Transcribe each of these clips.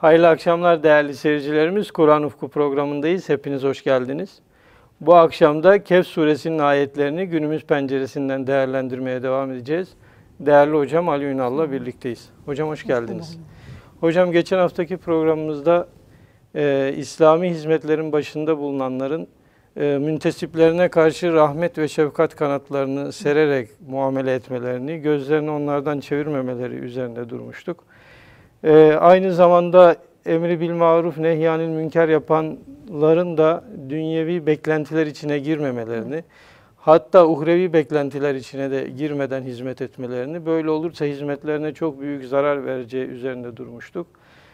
Hayırlı akşamlar değerli seyircilerimiz. Kur'an Ufku programındayız. Hepiniz hoş geldiniz. Bu akşam da Kehf suresinin ayetlerini günümüz penceresinden değerlendirmeye devam edeceğiz. Değerli hocam Ali Ünal'la birlikteyiz. Hocam hoş geldiniz. Hocam geçen haftaki programımızda İslami hizmetlerin başında bulunanların müntesiplerine karşı rahmet ve şefkat kanatlarını sererek muamele etmelerini, gözlerini onlardan çevirmemeleri üzerinde durmuştuk. Aynı zamanda emri bil maruf nehyanil münker yapanların da dünyevi beklentiler içine girmemelerini, hatta uhrevi beklentiler içine de girmeden hizmet etmelerini, böyle olursa hizmetlerine çok büyük zarar vereceği üzerinde durmuştuk.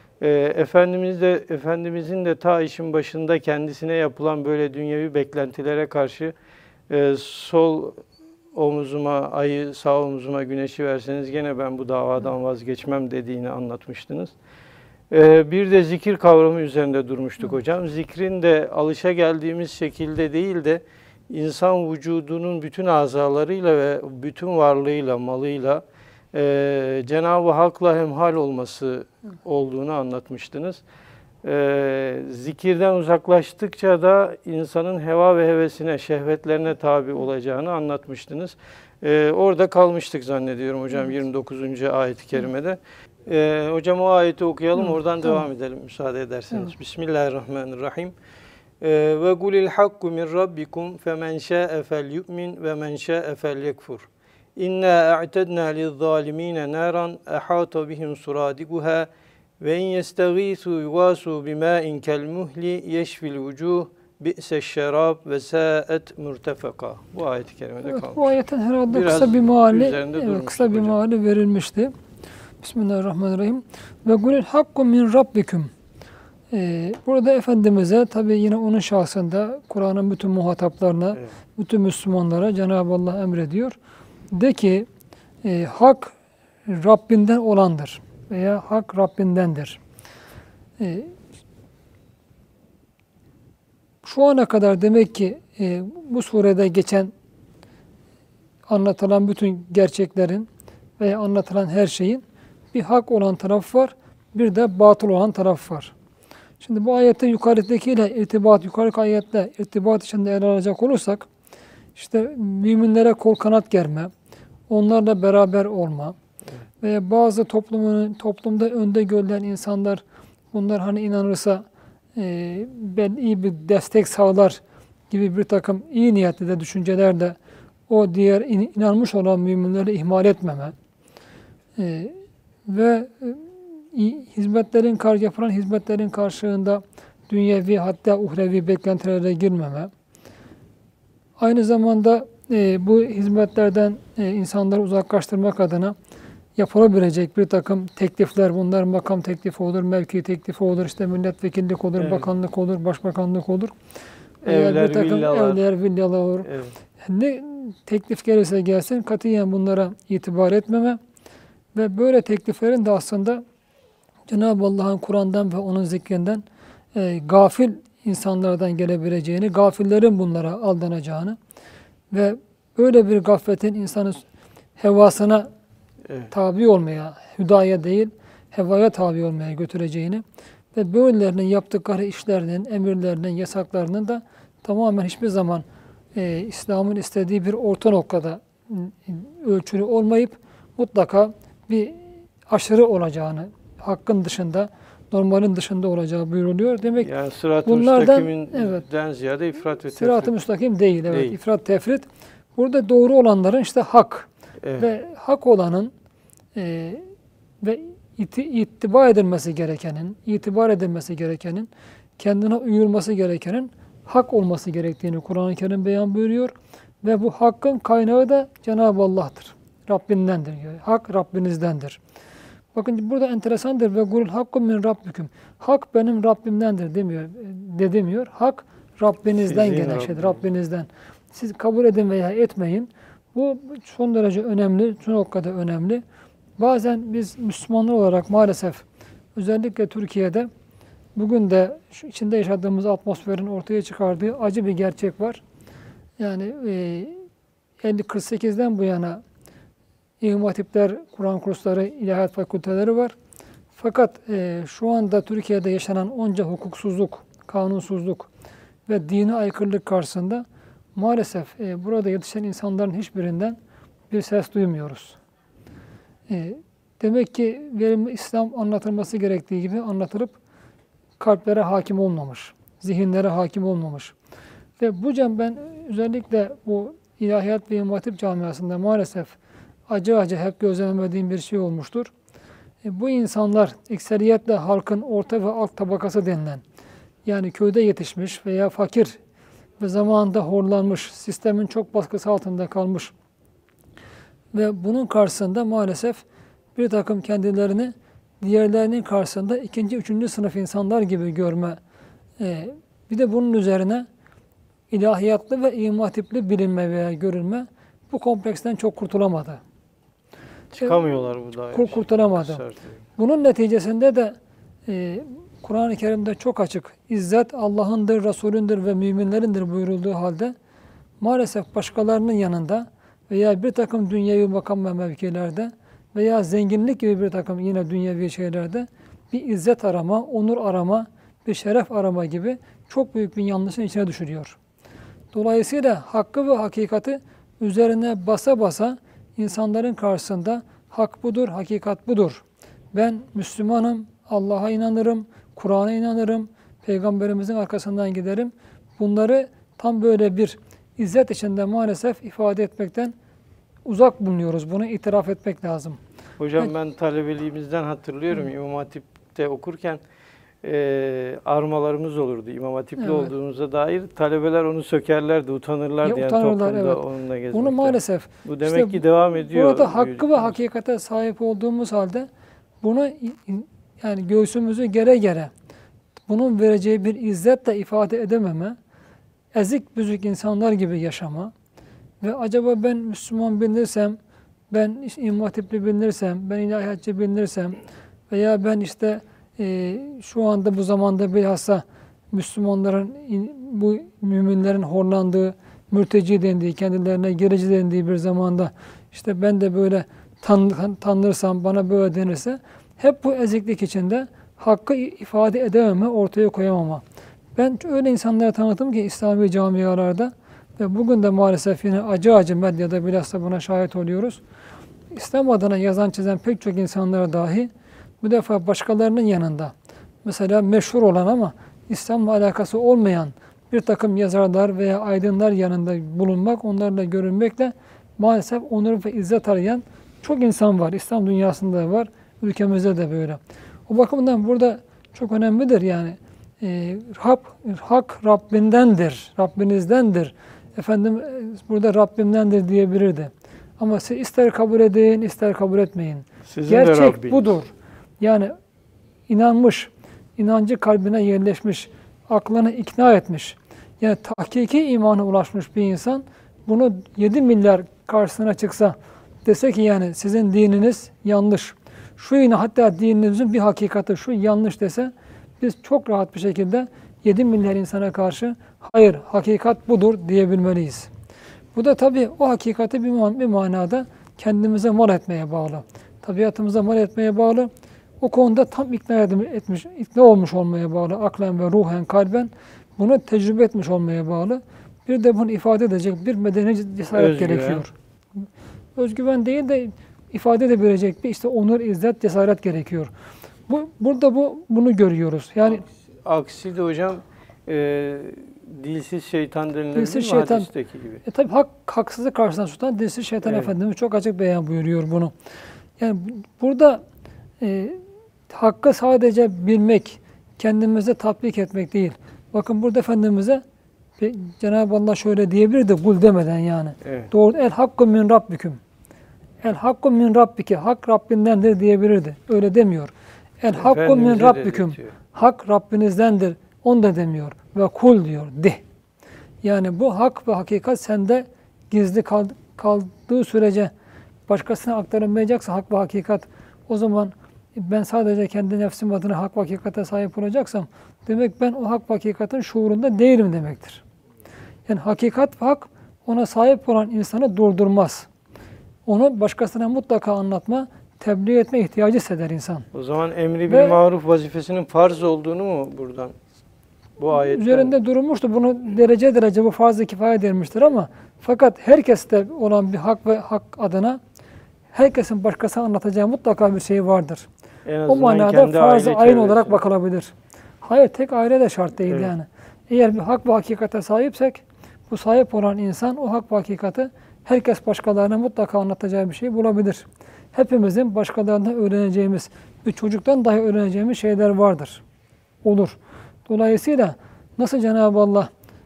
Efendimizin de ta işin başında kendisine yapılan böyle dünyevi beklentilere karşı sol omuzuma ayı, sağ omuzuma güneşi verseniz gene ben bu davadan vazgeçmem dediğini anlatmıştınız. Bir de zikir kavramı üzerinde durmuştuk hocam. Zikrin de alışageldiğimiz şekilde değil de insan vücudunun bütün azalarıyla ve bütün varlığıyla, malıyla Cenab-ı Hak'la hemhal olması olduğunu anlatmıştınız. Zikirden uzaklaştıkça da insanın heva ve hevesine, şehvetlerine tabi olacağını anlatmıştınız. Orada kalmıştık zannediyorum hocam, evet. 29. ayet-i kerimede. Hocam o ayeti okuyalım, oradan devam edelim müsaade ederseniz. Evet. Bismillahirrahmanirrahim. Ve gulil hakku min rabbikum femen şa'e felyu'min ve men şa'e felyekfur. İnna a'tedna lizzâlimîne nâran ehâta bihim surâdikuhâ ve in yestagîsû yugâsû bimâin kelmuhli yeşfil vücûh bi'seşşerâb ve sâet mürtefekâ. Bu ayet-i kerimede kalmış. Bu ayetin herhalde biraz kısa bir meali verilmişti. Bismillahirrahmanirrahim. Ve gulil hakku min rabbikum. Burada Efendimiz'e tabi yine onun şahsında Kur'an'ın bütün muhataplarına, evet, bütün Müslümanlara Cenab-ı Allah emrediyor. De ki hak Rabbinden olandır veya hak Rabbindendir. Şu ana kadar demek ki bu surede geçen anlatılan bütün gerçeklerin veya anlatılan her şeyin bir hak olan taraf var, bir de batıl olan taraf var. Şimdi bu ayette yukarıdakiyle yukarıdaki ayetle irtibat içinde ele alacak olursak, işte müminlere kol kanat germe, onlarla beraber olma, evet, veya bazı toplumda önde görülen insanlar, bunlar hani inanırsa ben iyi bir destek sağlar gibi bir takım iyi niyetli de düşünceler de o diğer inanmış olan müminleri ihmal etmeme ve yapılan hizmetlerin karşılığında dünyevi hatta uhrevi beklentilere girmeme. Aynı zamanda bu hizmetlerden insanları uzaklaştırmak adına yapılabilecek bir takım teklifler, bunlar makam teklifi olur, mevki teklifi olur, işte milletvekillik olur, evet, bakanlık olur, başbakanlık olur. Evler, bir takım villalar. Villalar olur. Evet. Ne teklif gelirse gelsin katiyen bunlara itibar etmeme ve böyle tekliflerin de aslında Cenab-ı Allah'ın Kur'an'dan ve onun zikrinden gafil insanlardan gelebileceğini, gafillerin bunlara aldanacağını ve böyle bir gafletin insanın hevasına, evet, tabi olmaya, hüdaya değil, hevaya tabi olmaya götüreceğini ve böylelerinin yaptıkları işlerinin, emirlerinin, yasaklarının da tamamen hiçbir zaman İslam'ın istediği bir orta noktada ölçülü olmayıp mutlaka bir aşırı olacağını, hakkın dışında, normalin dışında olacağı buyruluyor. Demek yani sırat-ı müstakimden ziyade ifrat ve tefrit. Sırat-ı müstakim değil, evet. Değil. İfrat, tefrit. Burada doğru olanların işte hak, evet, ve hak olanın ve itibar edilmesi gerekenin, kendine uyulması gerekenin hak olması gerektiğini Kur'an-ı Kerim beyan buyuruyor. Ve bu hakkın kaynağı da Cenab-ı Allah'tır. Rabbindendir. Yani hak Rabbinizdendir. Bakın burada enteresandır. Ve gul hakkum min rabbikum. Hak benim Rabbimdendir demiyor. Hak Rabbinizden gelen şeydir. Rabbinizden. Siz kabul edin veya etmeyin. Bu son derece önemli. Son noktada önemli. Bazen biz Müslümanlar olarak maalesef özellikle Türkiye'de bugün de şu içinde yaşadığımız atmosferin ortaya çıkardığı acı bir gerçek var. Yani 48'den bu yana İmam Hatipler, Kur'an kursları, ilahiyat fakülteleri var. Fakat şu anda Türkiye'de yaşanan onca hukuksuzluk, kanunsuzluk ve dine aykırılık karşısında maalesef burada yetişen insanların hiçbirinden bir ses duymuyoruz. Demek ki İslam anlatılması gerektiği gibi anlatılıp kalplere hakim olmamış, zihinlere hakim olmamış. Ve bu cem ben özellikle bu ilahiyat ve İmam Hatip camiasında maalesef acı hep gözlemlediğim bir şey olmuştur. Bu insanlar ekseriyetle halkın orta ve alt tabakası denilen, yani köyde yetişmiş veya fakir ve zamanında horlanmış, sistemin çok baskısı altında kalmış ve bunun karşısında maalesef bir takım kendilerini diğerlerinin karşısında ikinci, üçüncü sınıf insanlar gibi görme, bir de bunun üzerine ilahiyatlı ve İmam Hatipli bilinme veya görülme bu kompleksten çok kurtulamadı. Çıkamıyorlar bu dair. Kurtulamadı. Bunun neticesinde de Kur'an-ı Kerim'de çok açık, İzzet Allah'ındır, Resulündür ve müminlerindir buyurulduğu halde maalesef başkalarının yanında veya bir takım dünyevi makam ve mevkilerde veya zenginlik gibi bir takım yine dünyevi şeylerde bir izzet arama, onur arama, bir şeref arama gibi çok büyük bir yanlışın içine düşürüyor. Dolayısıyla hakkı ve hakikati üzerine basa basa insanların karşısında hak budur, hakikat budur. Ben Müslümanım, Allah'a inanırım, Kur'an'a inanırım, Peygamberimizin arkasından giderim. Bunları tam böyle bir izzet içinde maalesef ifade etmekten uzak bulunuyoruz. Bunu itiraf etmek lazım. Hocam ben talebeliğimizden hatırlıyorum. İmam Hatip'te okurken armalarımız olurdu. İmam Hatipli olduğumuza dair talebeler onu sökerlerdi, utanırlardı. Yani toplumda onunla gezmekten. Bunu maalesef bu demek ki devam ediyor. Burada hakkı ve hakikate sahip olduğumuz halde bunu yani göğsümüzü gere gere bunun vereceği bir izzetle ifade edememe, ezik büzük insanlar gibi yaşama ve acaba ben Müslüman bilinirsem, ben İmam Hatipli bilinirsem, ben ilahiyatçı bilinirsem veya ben işte şu anda bu zamanda bilhassa Müslümanların, bu müminlerin horlandığı, mürteci dendiği, kendilerine gerici dendiği bir zamanda işte ben de böyle tanırsam, bana böyle denirse hep bu eziklik içinde hakkı ifade edememe, ortaya koyamama. Ben öyle insanlara tanıttım ki İslami camialarda ve bugün de maalesef yine acı medyada bilhassa buna şahit oluyoruz. İslam adına yazan çizen pek çok insanlara dahi bu defa başkalarının yanında mesela meşhur olan ama İslam'la alakası olmayan bir takım yazarlar veya aydınlar yanında bulunmak, onlarla görünmekle maalesef onur ve izzet arayan çok insan var. İslam dünyasında var, ülkemizde de böyle. O bakımdan burada çok önemlidir yani. Hak Rabbindendir, Rabbinizdendir. Efendim burada Rabbimdendir diyebilirdi. Ama siz ister kabul edin, ister kabul etmeyin. Sizin gerçek budur. Yani inanmış, inancı kalbine yerleşmiş, aklını ikna etmiş. Yani tahkiki imana ulaşmış bir insan bunu 7 milyar karşısına çıksa dese ki yani sizin dininiz yanlış. Şu yine hatta dininizin bir hakikati şu yanlış dese biz çok rahat bir şekilde 7 milyar insana karşı hayır hakikat budur diyebilmeliyiz. Bu da tabii o hakikati bir manada kendimize mal etmeye bağlı. Tabiatımıza mal etmeye bağlı. O konuda tam ikna olmuş olmaya bağlı. Aklen ve ruhen, kalben bunu tecrübe etmiş olmaya bağlı. Bir de bunu ifade edecek bir medeni cesaret gerekiyor. Özgüven değil de ifade edebilecek bir işte onur, izzet, cesaret gerekiyor. Burada bunu görüyoruz. Yani aksi de hocam dilsiz şeytan denilen dilsiz şeytan, hadisteki gibi. Tabii haksızlık karşısına tutan dilsiz şeytan Efendimiz çok açık beyan buyuruyor bunu. Yani burada hakkı sadece bilmek, kendimize tatbik etmek değil. Bakın burada Efendimiz'e Cenab-ı Allah şöyle diyebilirdi kul demeden yani. Evet. Doğru el hakkı min rabbiküm. El hakkı min rabbike. Hak Rabbindendir diyebilirdi. Öyle demiyor. El hakkı min rabbiküm. Hak Rabbinizdendir. Onu da demiyor. Ve kul diyor. De. Yani bu hak ve hakikat sende gizli kaldığı sürece başkasına aktarılmayacaksa hak ve hakikat o zaman ben sadece kendi nefsim adına hak ve hakikate sahip olacaksam demek ben o hak ve hakikatin şuurunda değilim demektir. Yani hakikat ve hak ona sahip olan insanı durdurmaz. Onu başkasına mutlaka anlatma, tebliğ etme ihtiyacı hisseder insan. O zaman emri Ve bil maruf vazifesinin farz olduğunu mu buradan, bu ayetten? üzerinde durulmuştu. Bunu derece derece bu farz-ı kifaye denmiştir ama fakat herkeste olan bir hak ve hak adına herkesin başkasına anlatacağı mutlaka bir şey vardır. En O azından manada kendi farz-ı aile ayın olarak çevresi. bakılabilir. Hayır, tek aile de şart değil Evet. yani. Eğer bir hak ve hakikate sahipsek, bu sahip olan insan o hak ve hakikati herkes başkalarına mutlaka anlatacağı bir şey bulabilir. Hepimizin başkalarından öğreneceğimiz, bir çocuktan dahi öğreneceğimiz şeyler vardır. Olur. Dolayısıyla nasıl Cenab-ı Allah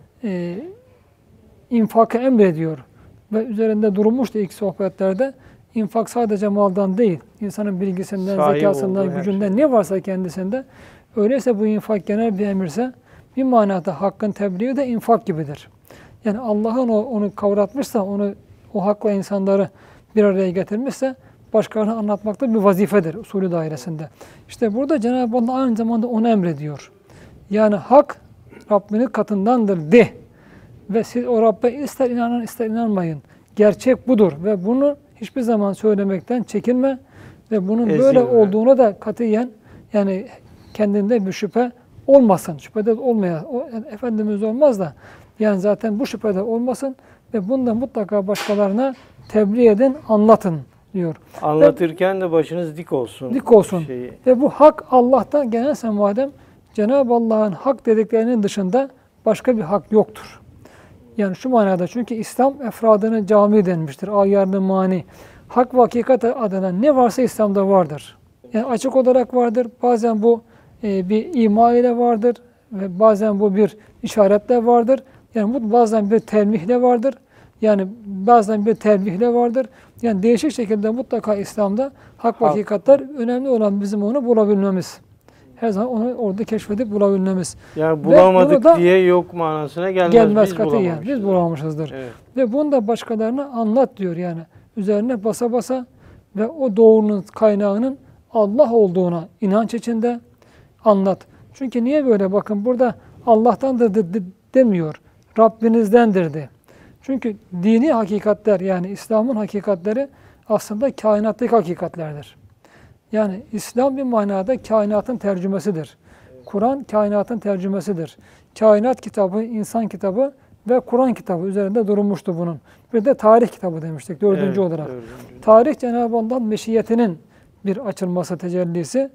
infakı emrediyor ve üzerinde durulmuştu ilk sohbetlerde, infak sadece maldan değil, insanın bilgisinden, Sahip zekasından, olduğu her gücünden şey. ne varsa kendisinde. Öyleyse bu infak genel bir emirse, bir manada hakkın tebliği de infak gibidir. Yani Allah'ın onu kavratmışsa, o hakla insanları bir araya getirmişse, başkalarına anlatmak da bir vazifedir usulü dairesinde. İşte burada Cenab-ı Allah aynı zamanda onu emrediyor. Yani hak Rabbinin katındandır de. Ve siz o Rabbe ister inanın ister inanmayın. Gerçek budur ve bunu hiçbir zaman söylemekten çekinme ve bunun böyle olduğuna da katiyen yani kendinde bir şüphe olmasın. Şüphede olmayan, Efendimiz olmaz da yani zaten bu şüphede olmasın ve bunu da mutlaka başkalarına tebliğ edin, anlatın diyor. Anlatırken de başınız dik olsun. Dik olsun. Şeyi. Ve bu hak Allah'tan gelirse madem Cenab-ı Allah'ın hak dediklerinin dışında başka bir hak yoktur. Yani şu manada çünkü İslam efradının cami denmiştir. Ayarlı mani. Hak ve hakikat adına ne varsa İslam'da vardır. Yani açık olarak vardır. Bazen bu bir ima ile vardır. Ve bazen bu bir işaretle vardır. Yani bu bazen bir telmihle vardır. Yani bazen bir telmihle vardır. Yani değişik şekilde mutlaka İslam'da hak ve hakikatler önemli olan bizim onu bulabilmemiz. Her zaman onu orada keşfedip bulabilmemiz. Yani bulamadık da diye yok manasına gelmez. Gelmez Biz katiyen. bulamamışız. Biz bulamamışızdır. Evet. Ve bunu da başkalarına anlat diyor yani. Üzerine basa basa ve o doğrunun kaynağının Allah olduğuna inanç içinde anlat. Çünkü niye böyle? Bakın burada Allah'tandır demiyor. Rabbinizdendir de. Çünkü dini hakikatler yani İslam'ın hakikatleri aslında kainattaki hakikatlerdir. Yani İslam bir manada kainatın tercümesidir. Kur'an kainatın tercümesidir. Kainat kitabı, insan kitabı ve Kur'an kitabı üzerinde durulmuştu bunun. Bir de tarih kitabı demiştik dördüncü olarak. Dördüncü. Tarih Cenab-ı Allah'ın meşiyetinin bir açılması tecellisi.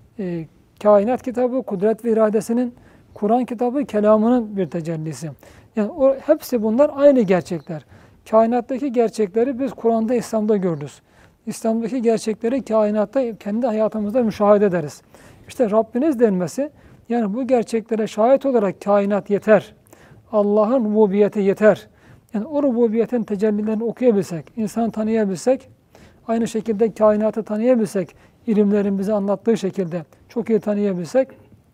Kainat kitabı kudret ve iradesinin, Kur'an kitabı kelamının bir tecellisi. Yani hepsi bunlar aynı gerçekler. Kainattaki gerçekleri biz Kur'an'da, İslam'da görürüz. İslam'daki gerçekleri kainatta, kendi hayatımızda müşahede ederiz. İşte Rabbiniz denmesi, yani bu gerçeklere şahit olarak kainat yeter. Allah'ın rububiyeti yeter. Yani o rububiyetin tecellilerini okuyabilsek, insanı tanıyabilsek, aynı şekilde kainatı tanıyabilsek, ilimlerin bize anlattığı şekilde çok iyi tanıyabilsek,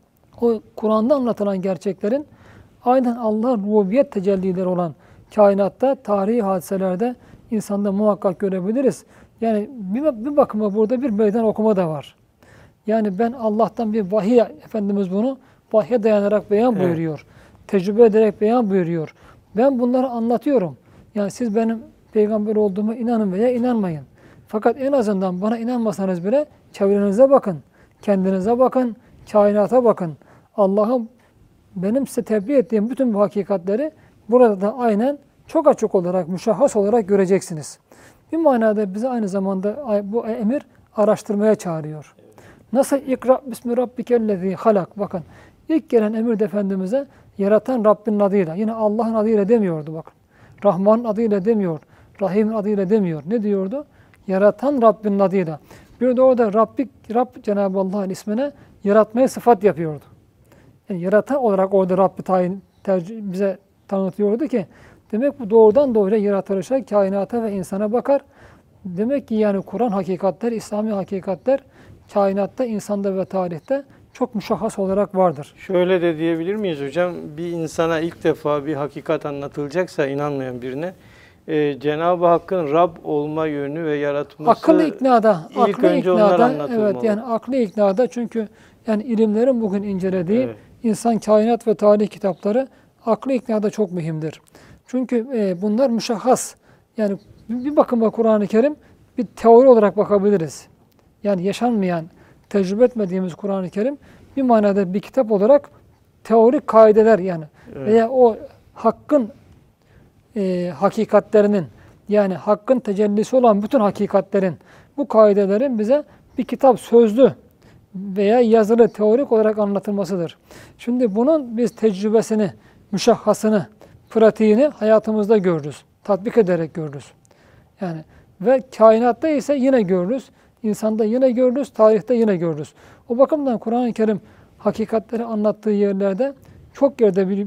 o Kur'an'da anlatılan gerçeklerin aynen Allah'ın rububiyet tecellileri olan kainatta, tarihi hadiselerde insanda muhakkak görebiliriz. Yani bir bakıma burada bir meydan okuma da var. Yani ben Allah'tan bir vahiy, Efendimiz bunu vahye dayanarak beyan buyuruyor. Tecrübe ederek beyan buyuruyor. Ben bunları anlatıyorum. Yani siz benim peygamber olduğuma inanın veya inanmayın. Fakat en azından bana inanmasanız bile çevrenize bakın, kendinize bakın, kainata bakın. Allah'ın benim size tebliğ ettiğim bütün bu hakikatleri burada da aynen çok açık olarak, müşahhas olarak göreceksiniz. Bir manada bize aynı zamanda bu emir araştırmaya çağırıyor. Nasıl ikra bismi rabbikellezî halak. Bakın ilk gelen emir de Efendimiz'e yaratan Rabbin adıyla. Yine Allah'ın adıyla demiyordu bakın. Rahman'ın adıyla demiyor. Rahim'in adıyla demiyor. Ne diyordu? Yaratan Rabbin adıyla. Bir de orada Rabb Cenab-ı Allah'ın ismine yaratmaya sıfat yapıyordu. Yani yaratan olarak orada Rabbi bize tanıtıyordu ki demek bu doğrudan doğruya yaratılışa, kainata ve insana bakar. Demek ki yani Kur'an hakikatler, İslami hakikatler kainatta, insanda ve tarihte çok müşahhas olarak vardır. Şöyle de diyebilir miyiz hocam? Bir insana ilk defa bir hakikat anlatılacaksa inanmayan birine Cenab-ı Hakk'ın Rab olma yönü ve yaratması akıllı iknada, ilk önce onlar anlatılmalı. evet yani aklı iknada çünkü yani ilimlerin bugün incelediği insan kainat ve tarih kitapları aklı iknada çok mühimdir. Çünkü bunlar müşahhas. Yani bir bakıma Kur'an-ı Kerim bir teori olarak bakabiliriz. yani yaşanmayan, tecrübe etmediğimiz Kur'an-ı Kerim bir manada bir kitap olarak teorik kaideler yani veya o hakkın hakikatlerinin yani hakkın tecellisi olan bütün hakikatlerin bu kaidelerin bize bir kitap sözlü veya yazılı teorik olarak anlatılmasıdır. Şimdi bunun biz tecrübesini, müşahhasını, pratiğini hayatımızda görürüz. Tatbik ederek görürüz. Yani ve kainatta ise yine görürüz. İnsanda yine görürüz, tarihte yine görürüz. O bakımdan Kur'an-ı Kerim hakikatleri anlattığı yerlerde çok yerde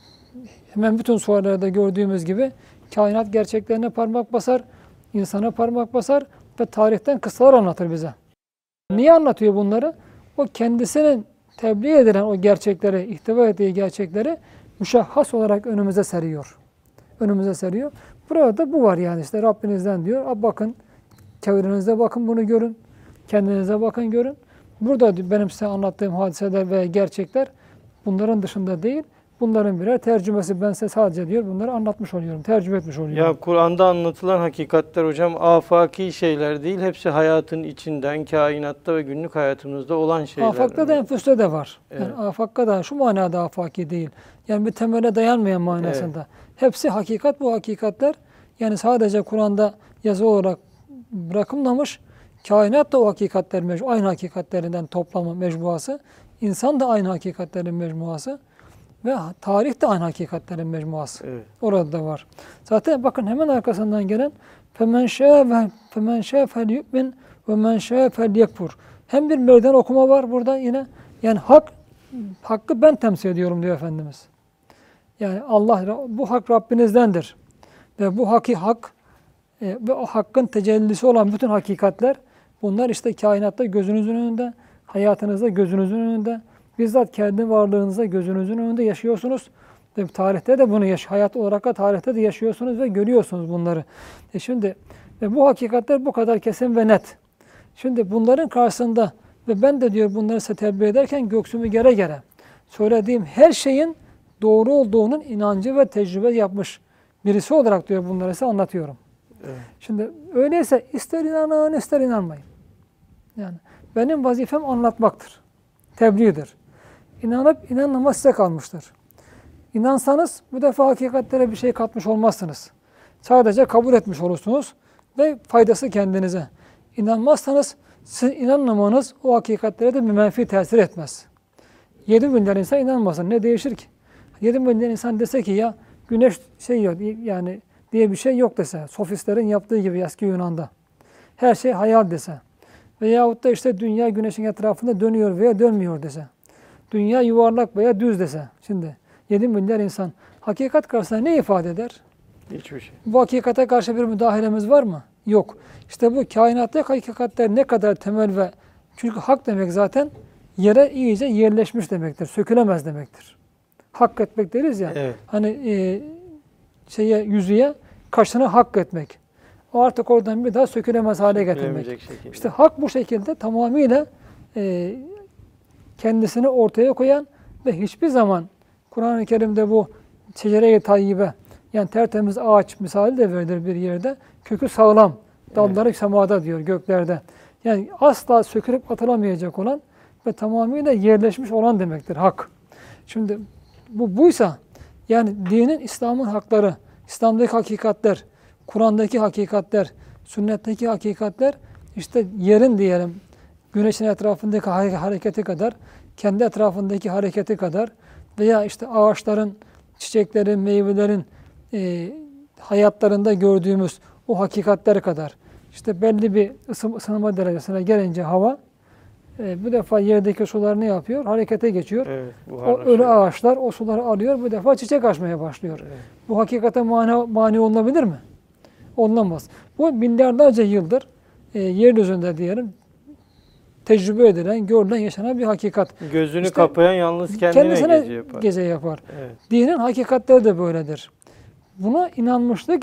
hemen bütün suarlarda gördüğümüz gibi kainat gerçeklerine parmak basar, insana parmak basar ve tarihten kıssalar anlatır bize. Niye anlatıyor bunları? O kendisinin tebliğ edilen o gerçekleri, ihtiva ettiği gerçekleri müşahhas olarak önümüze seriyor. Önümüze seriyor. Burada bu var yani işte Rabbinizden diyor. Bakın, çevrenizde bakın bunu görün. Kendinize bakın görün. Burada benim size anlattığım hadiseler ve gerçekler bunların dışında değil. Bunların birer tercümesi. Ben size sadece diyor bunları anlatmış oluyorum. Tercüme etmiş oluyorum. Ya Kur'an'da anlatılan hakikatler hocam afaki şeyler değil. Hepsi hayatın içinden, kainatta ve günlük hayatımızda olan şeyler. Afakta da enfüste de var. Evet. Yani afakta da şu manada afaki değil. Yani bir temele dayanmayan manasında. Evet. Hepsi hakikat, bu hakikatler. Yani sadece Kur'an'da yazı olarak bırakılmamış. Kainat da o hakikatler, aynı hakikatlerinden toplamı, mecmuası. İnsan da aynı hakikatlerin mecmuası. Ve tarih de aynı hakikatlerin mecmuası. Evet. Orada da var. Zaten bakın hemen arkasından gelen فَمَنْ شَاءَ فَلْيُؤْمِنْ وَمَنْ شَاءَ فَلْيَكْفُرْ. Hem bir meydan okuma var burada yine. Yani hakkı ben temsil ediyorum diyor Efendimiz. Yani bu hak Rabbinizdendir. Ve bu hak ve o hakkın tecellisi olan bütün hakikatler bunlar işte kainatta gözünüzün önünde, hayatınızda gözünüzün önünde, bizzat kendi varlığınızda gözünüzün önünde yaşıyorsunuz. Ve tarihte de bunu hayat olarak da tarihte de yaşıyorsunuz ve görüyorsunuz bunları. Şimdi ve bu hakikatler bu kadar kesin ve net. Şimdi bunların karşısında ve ben de diyor bunları size tebliğ ederken göksümü gere gere söylediğim her şeyin doğru olduğunun inancı ve tecrübe yapmış birisi olarak diyor bunları size anlatıyorum. Evet. Şimdi öyleyse ister inanın ister inanmayın. Yani benim vazifem anlatmaktır. Tebliğdir. İnanıp inanmamak size kalmıştır. İnansanız bu defa hakikatlere bir şey katmış olmazsınız. Sadece kabul etmiş olursunuz ve faydası kendinize. İnanmazsanız sizin inanmamanız o hakikatlere de bir menfi tesir etmez. 7 milyar insan inanmasın. Ne değişir ki? 7 milyar insan dese ki ya güneş yok yani diye bir şey yok dese. Sofistlerin yaptığı gibi eski Yunan'da. Her şey hayal dese. Veyahut da işte dünya güneşin etrafında dönüyor veya dönmüyor dese. Dünya yuvarlak veya düz dese. Şimdi 7 milyar insan hakikat karşısında ne ifade eder? Hiçbir şey. Bu hakikate karşı bir müdahalemiz var mı? Yok. İşte bu kainattaki hakikatler ne kadar temel ve çünkü hak demek zaten yere iyice yerleşmiş demektir. Sökülemez demektir. Hak etmek deriz ya. Evet. Hani yüzüye kaşını hak etmek. O artık oradan bir daha sökülemez hale getirmek. Şekilde. İşte hak bu şekilde tamamıyla kendisini ortaya koyan ve hiçbir zaman Kur'an-ı Kerim'de bu şecere-i tayyibe yani tertemiz ağaç misali de verilir bir yerde. Kökü sağlam, dalları semada diyor göklerde. Yani asla sökülüp atılamayacak olan ve tamamıyla yerleşmiş olan demektir hak. Şimdi buysa yani dinin, İslam'ın hakları, İslam'daki hakikatler, Kur'an'daki hakikatler, sünnetteki hakikatler işte yerin diyelim güneşin etrafındaki hareketi kadar, kendi etrafındaki hareketi kadar veya işte ağaçların, çiçeklerin, meyvelerin hayatlarında gördüğümüz o hakikatler kadar. İşte belli bir ısınma derecesine gelince hava bu defa yerdeki sular ne yapıyor? Harekete geçiyor. Evet, o ölü ağaçlar o suları alıyor. Bu defa çiçek açmaya başlıyor. Evet. Bu hakikate mani olunabilir mi? Olunamaz. Bu milyarlarca yıldır yeryüzünde diyelim tecrübe edilen, görülen, yaşanan bir hakikat. Gözünü işte, kapayan yalnız kendisine gece yapar. Evet. Dinin hakikatleri de böyledir. Buna inanmışlık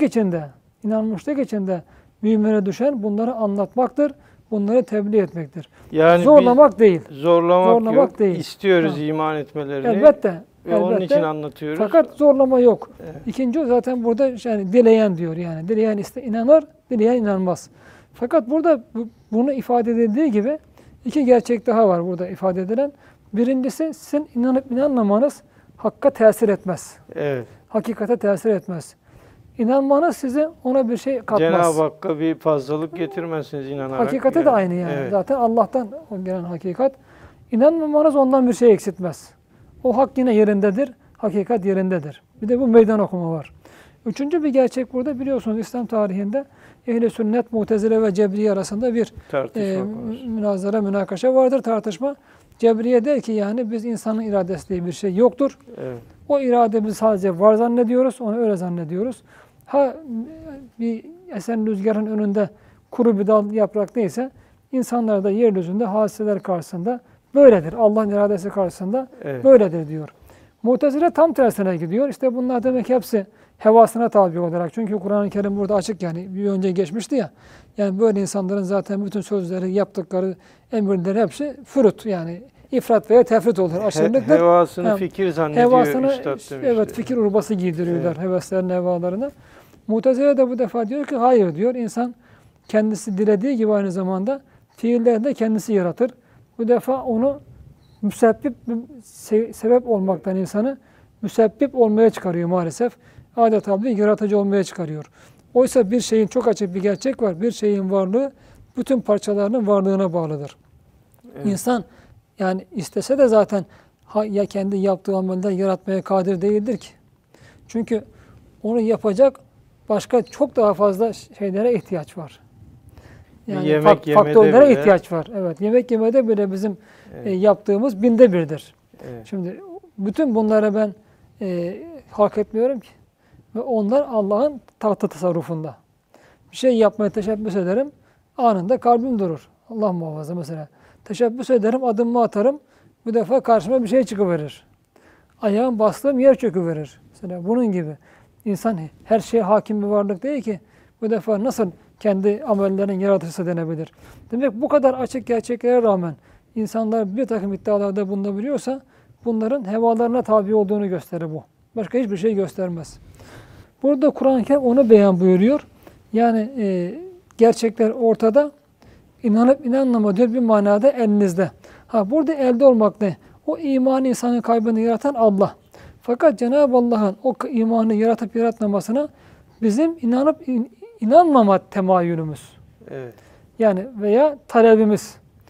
içinde müminlere düşen bunları anlatmaktır. Bunları tebliğ etmektir. Yani zorlamak değil. Zorlamak yok. Değil. İstiyoruz iman etmelerini. Elbette. Onun için anlatıyoruz. Fakat zorlama yok. Evet. İkinci zaten burada yani dileyen diyor yani. Dileyen inanır, dileyen inanmaz. Fakat burada bunu ifade edildiği gibi iki gerçek daha var burada ifade edilen. Birincisi sizin inanıp inanmamanız hakka tesir etmez. Evet. Hakikate tesir etmez. İnanmanız size ona bir şey katmaz. Cenab-ı Hakk'a bir fazlalık getirmezsiniz inanarak. Hakikate de aynı yani. Evet. Zaten Allah'tan gelen hakikat. İnanmamanız ondan bir şey eksiltmez. O hak yine yerindedir, hakikat yerindedir. Bir de bu meydan okuma var. Üçüncü bir gerçek burada biliyorsunuz İslam tarihinde Ehl-i Sünnet, Mu'tezile ve Cebriye arasında bir münazara, münakaşa vardır, tartışma. Cebriye der ki yani biz insanın iradesi diye bir şey yoktur. Evet. O irade biz sadece var zannediyoruz, onu öyle zannediyoruz. Ha bir esen rüzgarın önünde kuru bir dal yaprak neyse, insanlar da yeryüzünde hadiseler karşısında böyledir. Allah'ın iradesi karşısında böyledir diyor. Mu'tezile tam tersine gidiyor. İşte bunlar demek hepsi hevasına tabi olarak. Çünkü Kur'an-ı Kerim burada açık yani. Bir önce geçmişti ya. Yani böyle insanların zaten bütün sözleri, yaptıkları emirleri hepsi fürut yani. İfrat veya tefrit olur. Aşırılıktır. Hevasını fikir zannediyor hevasını, üstad demişti. evet, fikir urbası giydiriyorlar heveslerin, hevalarını. Mu'tezile de bu defa diyor ki hayır diyor. İnsan kendisi dilediği gibi aynı zamanda fiillerini de kendisi yaratır. Bu defa onu sebep olmaktan insanı müsebbip olmaya çıkarıyor maalesef. Adeta bir yaratıcı olmaya çıkarıyor. Oysa bir şeyin çok açık bir gerçek var. Bir şeyin varlığı bütün parçalarının varlığına bağlıdır. Evet. İnsan yani istese de zaten ya kendi yaptığı amelden yaratmaya kadir değildir ki. Çünkü onu yapacak başka çok daha fazla şeylere ihtiyaç var. Yani faktörlere ihtiyaç var. Evet, yemek yemede bile bizim yaptığımız binde birdir. Evet. Şimdi bütün bunlara ben hak etmiyorum ki. Ve onlar Allah'ın tahtı tasarrufunda. Bir şey yapmaya teşebbüs ederim, anında kalbim durur. Allah muhafaza mesela. Teşebbüs ederim, adımımı atarım, bu defa karşıma bir şey çıkıverir. Ayağım bastığım yer çöküverir. Mesela bunun gibi. İnsan her şeye hakim bir varlık değil ki. Bu defa nasıl kendi amellerinin yaratıcısı denebilir? Demek bu kadar açık gerçeklere rağmen insanlar bir takım iddialarda bulunabiliyorsa bunların hevalarına tabi olduğunu gösterir bu. Başka hiçbir şey göstermez. Burada Kur'an-ı Kerim onu beyan buyuruyor. Yani gerçekler ortada. İnanıp inanmama diyor bir manada elinizde. Burada elde olmak ne? O imanı insanın kalbini yaratan Allah. Fakat Cenab-ı Allah'ın o imanı yaratıp yaratmamasına bizim inanıp inanmama temayülümüz. Evet. Yani veya talebimiz.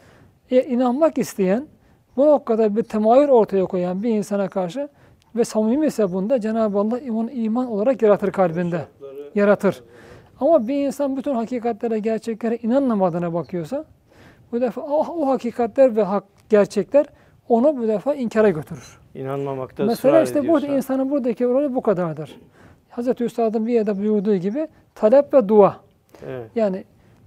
İnanmak isteyen, bu noktada bir temayül ortaya koyan bir insana karşı ve samimi ise bunda Cenab-ı Allah onu iman olarak yaratır kalbinde. Yaratır. Ama bir insan bütün hakikatlere, gerçeklere inanmadığına bakıyorsa bu defa o hakikatler ve gerçekler onu bu defa inkara götürür. İnanmamakta mesela işte burada insanın buradaki rolü bu kadardır. Hazreti Üstad'ın bir yerde buyurduğu gibi talep ve dua. Evet. Yani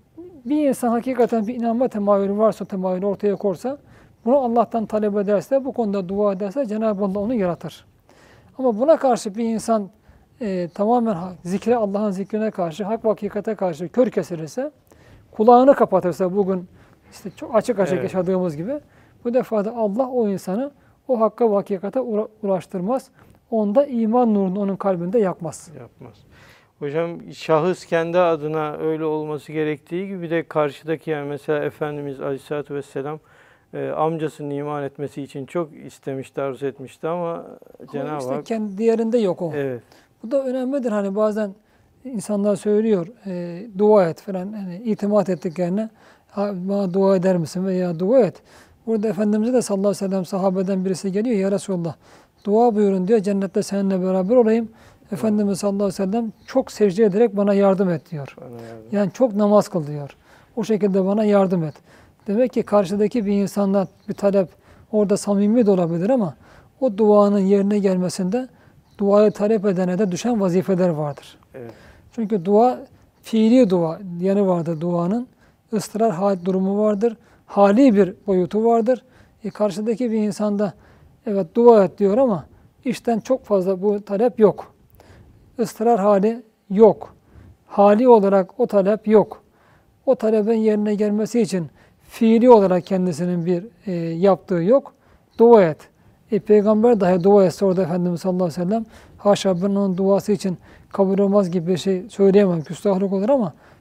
bir insan hakikaten bir inanma temayülü varsa, temayülü ortaya korsa, bunu Allah'tan talep ederse, bu konuda dua ederse Cenab-ı Allah onu yaratır. Ama buna karşı bir insan tamamen zikre, Allah'ın zikrine karşı, hak ve hakikate karşı kör kesilirse, kulağını kapatırsa bugün işte çok açık yaşadığımız gibi, bu defa da Allah o insanı o hakka ve hakikate ulaştırmaz. Onda iman nurunu onun kalbinde yakmaz. Yapmaz. Hocam şahıs kendi adına öyle olması gerektiği gibi de karşıdaki yani mesela Efendimiz Aleyhisselatü Vesselam amcasının iman etmesi için çok istemişti, arzu etmişti ama Cenab-ı Hak... kendi diğerinde yok o. Evet. Bu da önemlidir. Hani bazen insanlar söylüyor, dua et falan, yani itimat ettiklerine bana dua eder misin veya dua et. Burada Efendimiz'e de sallallahu aleyhi ve sellem sahabeden birisi geliyor, ya Resulallah dua buyurun diyor, cennette seninle beraber olayım. Efendimiz sallallahu aleyhi ve sellem çok secde ederek bana yardım et diyor. Yani çok namaz kıl diyor. O şekilde bana yardım et. Demek ki karşıdaki bir insandan bir talep orada samimi de olabilir ama o duanın yerine gelmesinde duayı talep edene de düşen vazifeler vardır. Evet. Çünkü dua, fiili dua yanı vardır duanın. Istırar hal durumu vardır. Hali bir boyutu vardır. Karşıdaki bir insanda evet dua et diyor ama işten çok fazla bu talep yok. Istırar hali yok. Hali olarak o talep yok. O talebin yerine gelmesi için fiili olarak kendisinin bir yaptığı yok. Dua et. Peygamber dahi dua etse orada Efendimiz sallallahu aleyhi ve sellem haşa ben onun duası için kabul olmaz gibi bir şey söyleyemem. Küstahlık olur ama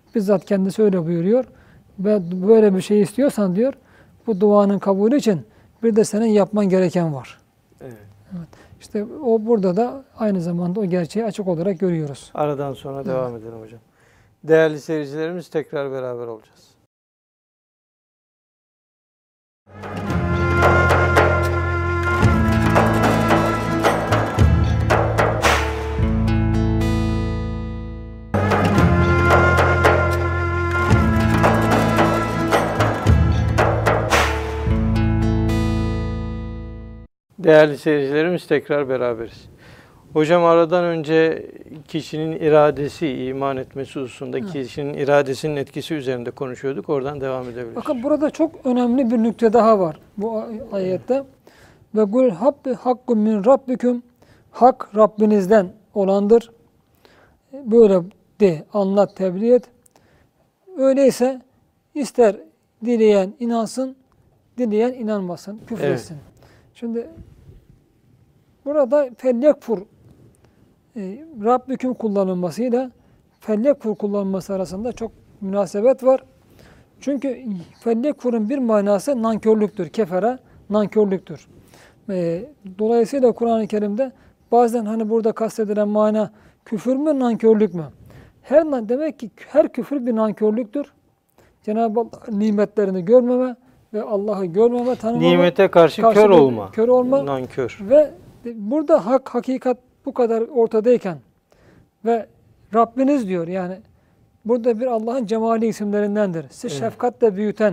bizzat kendisi öyle buyuruyor. Ve böyle bir şey istiyorsan diyor, bu duanın kabulü için bir de senin yapman gereken var. Evet. Evet. İşte o burada da aynı zamanda o gerçeği açık olarak görüyoruz. Aradan sonra devam edelim hocam. Değerli seyircilerimiz, tekrar beraber olacağız. Değerli seyircilerimiz, tekrar beraberiz. Hocam, aradan önce kişinin iradesi, iman etmesi hususunda kişinin iradesinin etkisi üzerinde konuşuyorduk. Oradan devam edebiliriz. Bakın burada çok önemli bir nükte daha var bu ayette. Ve kul hakkun min rabbikum, hak Rabbinizden olandır. Böyle de anlat, tebliğ et. Öyleyse ister dileyen inansın, dileyen inanmasın, küfretsin. Evet. Şimdi burada felyekfur Rabbiküm kullanılmasıyla felyekfur kullanılması arasında çok münasebet var. Çünkü felyekfurun bir manası nankörlüktür. Kefere nankörlüktür. Dolayısıyla Kur'an-ı Kerim'de bazen hani burada kastedilen mana küfür mü, nankörlük mü? Demek ki her küfür bir nankörlüktür. Cenab-ı Allah nimetlerini görmeme ve Allah'ı görmeme, tanımama. Nimete karşı kör olma. Kör olma. Nankör. Ve burada hak, hakikat bu kadar ortadayken ve Rabbiniz diyor, yani burada bir Allah'ın cemali isimlerindendir. Siz şefkatle büyüten,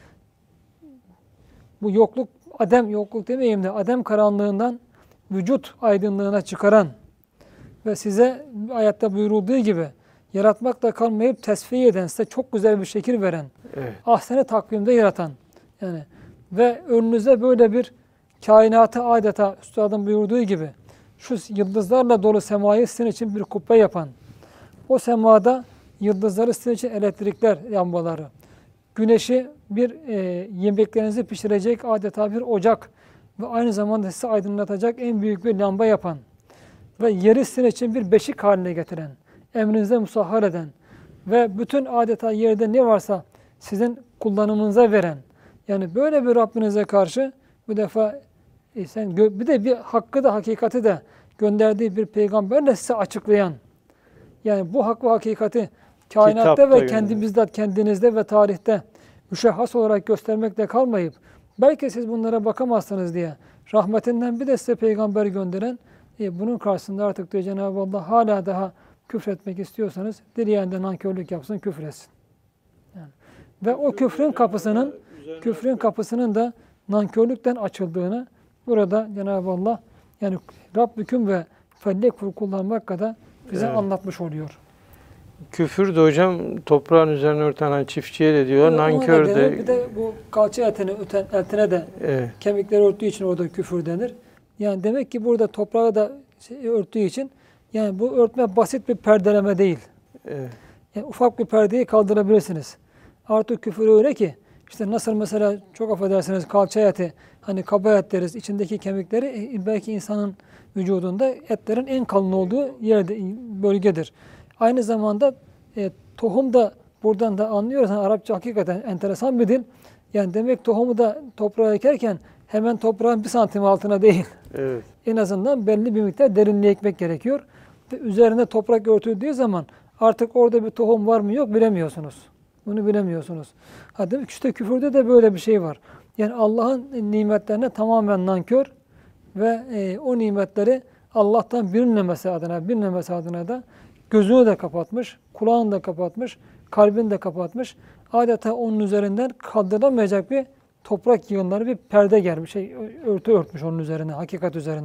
bu yokluk, yokluk demeyeyim de adem karanlığından vücut aydınlığına çıkaran ve size ayette buyurulduğu gibi yaratmakla kalmayıp tesfiye eden, size çok güzel bir şekil veren, ahsen-i takvimde yaratan, yani ve önünüze böyle bir kainatı adeta üstadın buyurduğu gibi şu yıldızlarla dolu semayı sizin için bir kubbe yapan, o semada yıldızları sizin için elektrikler, lambaları, güneşi bir yemeklerinizi pişirecek adeta bir ocak ve aynı zamanda sizi aydınlatacak en büyük bir lamba yapan ve yeri sizin için bir beşik haline getiren, emrinize musahhar eden ve bütün adeta yerde ne varsa sizin kullanımınıza veren, yani böyle bir Rabbinize karşı bu defa bir de bir hakkı da hakikati de gönderdiği bir peygamberle size açıklayan, yani bu hak ve hakikati kainatta ve bizzat kendinizde ve tarihte müşahhas olarak göstermekle kalmayıp belki siz bunlara bakamazsınız diye rahmetinden bir de size peygamber gönderen, bunun karşısında artık diyor Cenab-ı Allah, hala daha küfretmek istiyorsanız dileyen de nankörlük yapsın, küfretsin. Yani. Ve o küfrün kapısının da nankörlükten açıldığını burada Cenab-ı Allah, yani Rabbüküm ve felyekfur kullanmak kadar bize anlatmış oluyor. Küfür de hocam toprağın üzerine örten, hani çiftçiye de diyor, nankör de. Bir de bu kalça etine de kemikleri örttüğü için orada küfür denir. Yani demek ki burada toprağı da örttüğü için, yani bu örtme basit bir perdeleme değil. Yani ufak bir perdeyi kaldırabilirsiniz. Artık küfür öyle ki, işte nasıl mesela çok affedersiniz kalça eti, hani kaba et deriz, içindeki kemikleri belki insanın vücudunda etlerin en kalın olduğu yerde, bölgedir. Aynı zamanda tohum da buradan da anlıyoruz. Yani Arapça hakikaten enteresan bir dil. Yani demek tohumu da toprağa ekerken hemen toprağın 1 santim altına değil. Evet. En azından belli bir miktar derinliğe ekmek gerekiyor. Ve üzerine toprak örtüldüğü zaman artık orada bir tohum var mı yok bilemiyorsunuz. Bunu bilemiyorsunuz. Demek ki işte küfürde de böyle bir şey var. Yani Allah'ın nimetlerine tamamen nankör ve o nimetleri Allah'tan bilinmemesi adına da gözünü de kapatmış, kulağını da kapatmış, kalbini de kapatmış. Adeta onun üzerinden kaldırılamayacak bir toprak yığınları, bir perde gelmiş, örtü örtmüş onun üzerine, hakikat üzerine.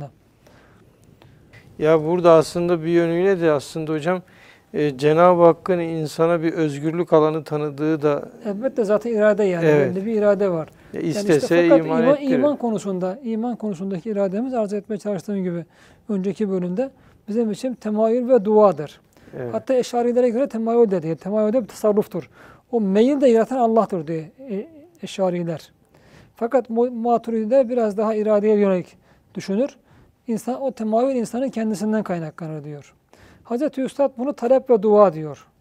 Ya burada aslında bir yönüyle de aslında hocam Cenab-ı Hakk'ın insana bir özgürlük alanı tanıdığı da... Elbette zaten irade yani. Evet. Belli bir irade var. İstese yani işte iman ettirir. İman konusundaki irademiz arz etmeye çalıştığım gibi önceki bölümde bizim için temayül ve duadır. Evet. Hatta Eşarilere göre temayül de değil. Temayül de bir tasarruftur. O meyil de yaratan Allah'tır diyor Eşariler. Fakat Maturidiler biraz daha iradeye yönelik düşünür. O temayül insanın kendisinden kaynaklanır diyor. Hazreti Üstad bunu talep ve dua diyor.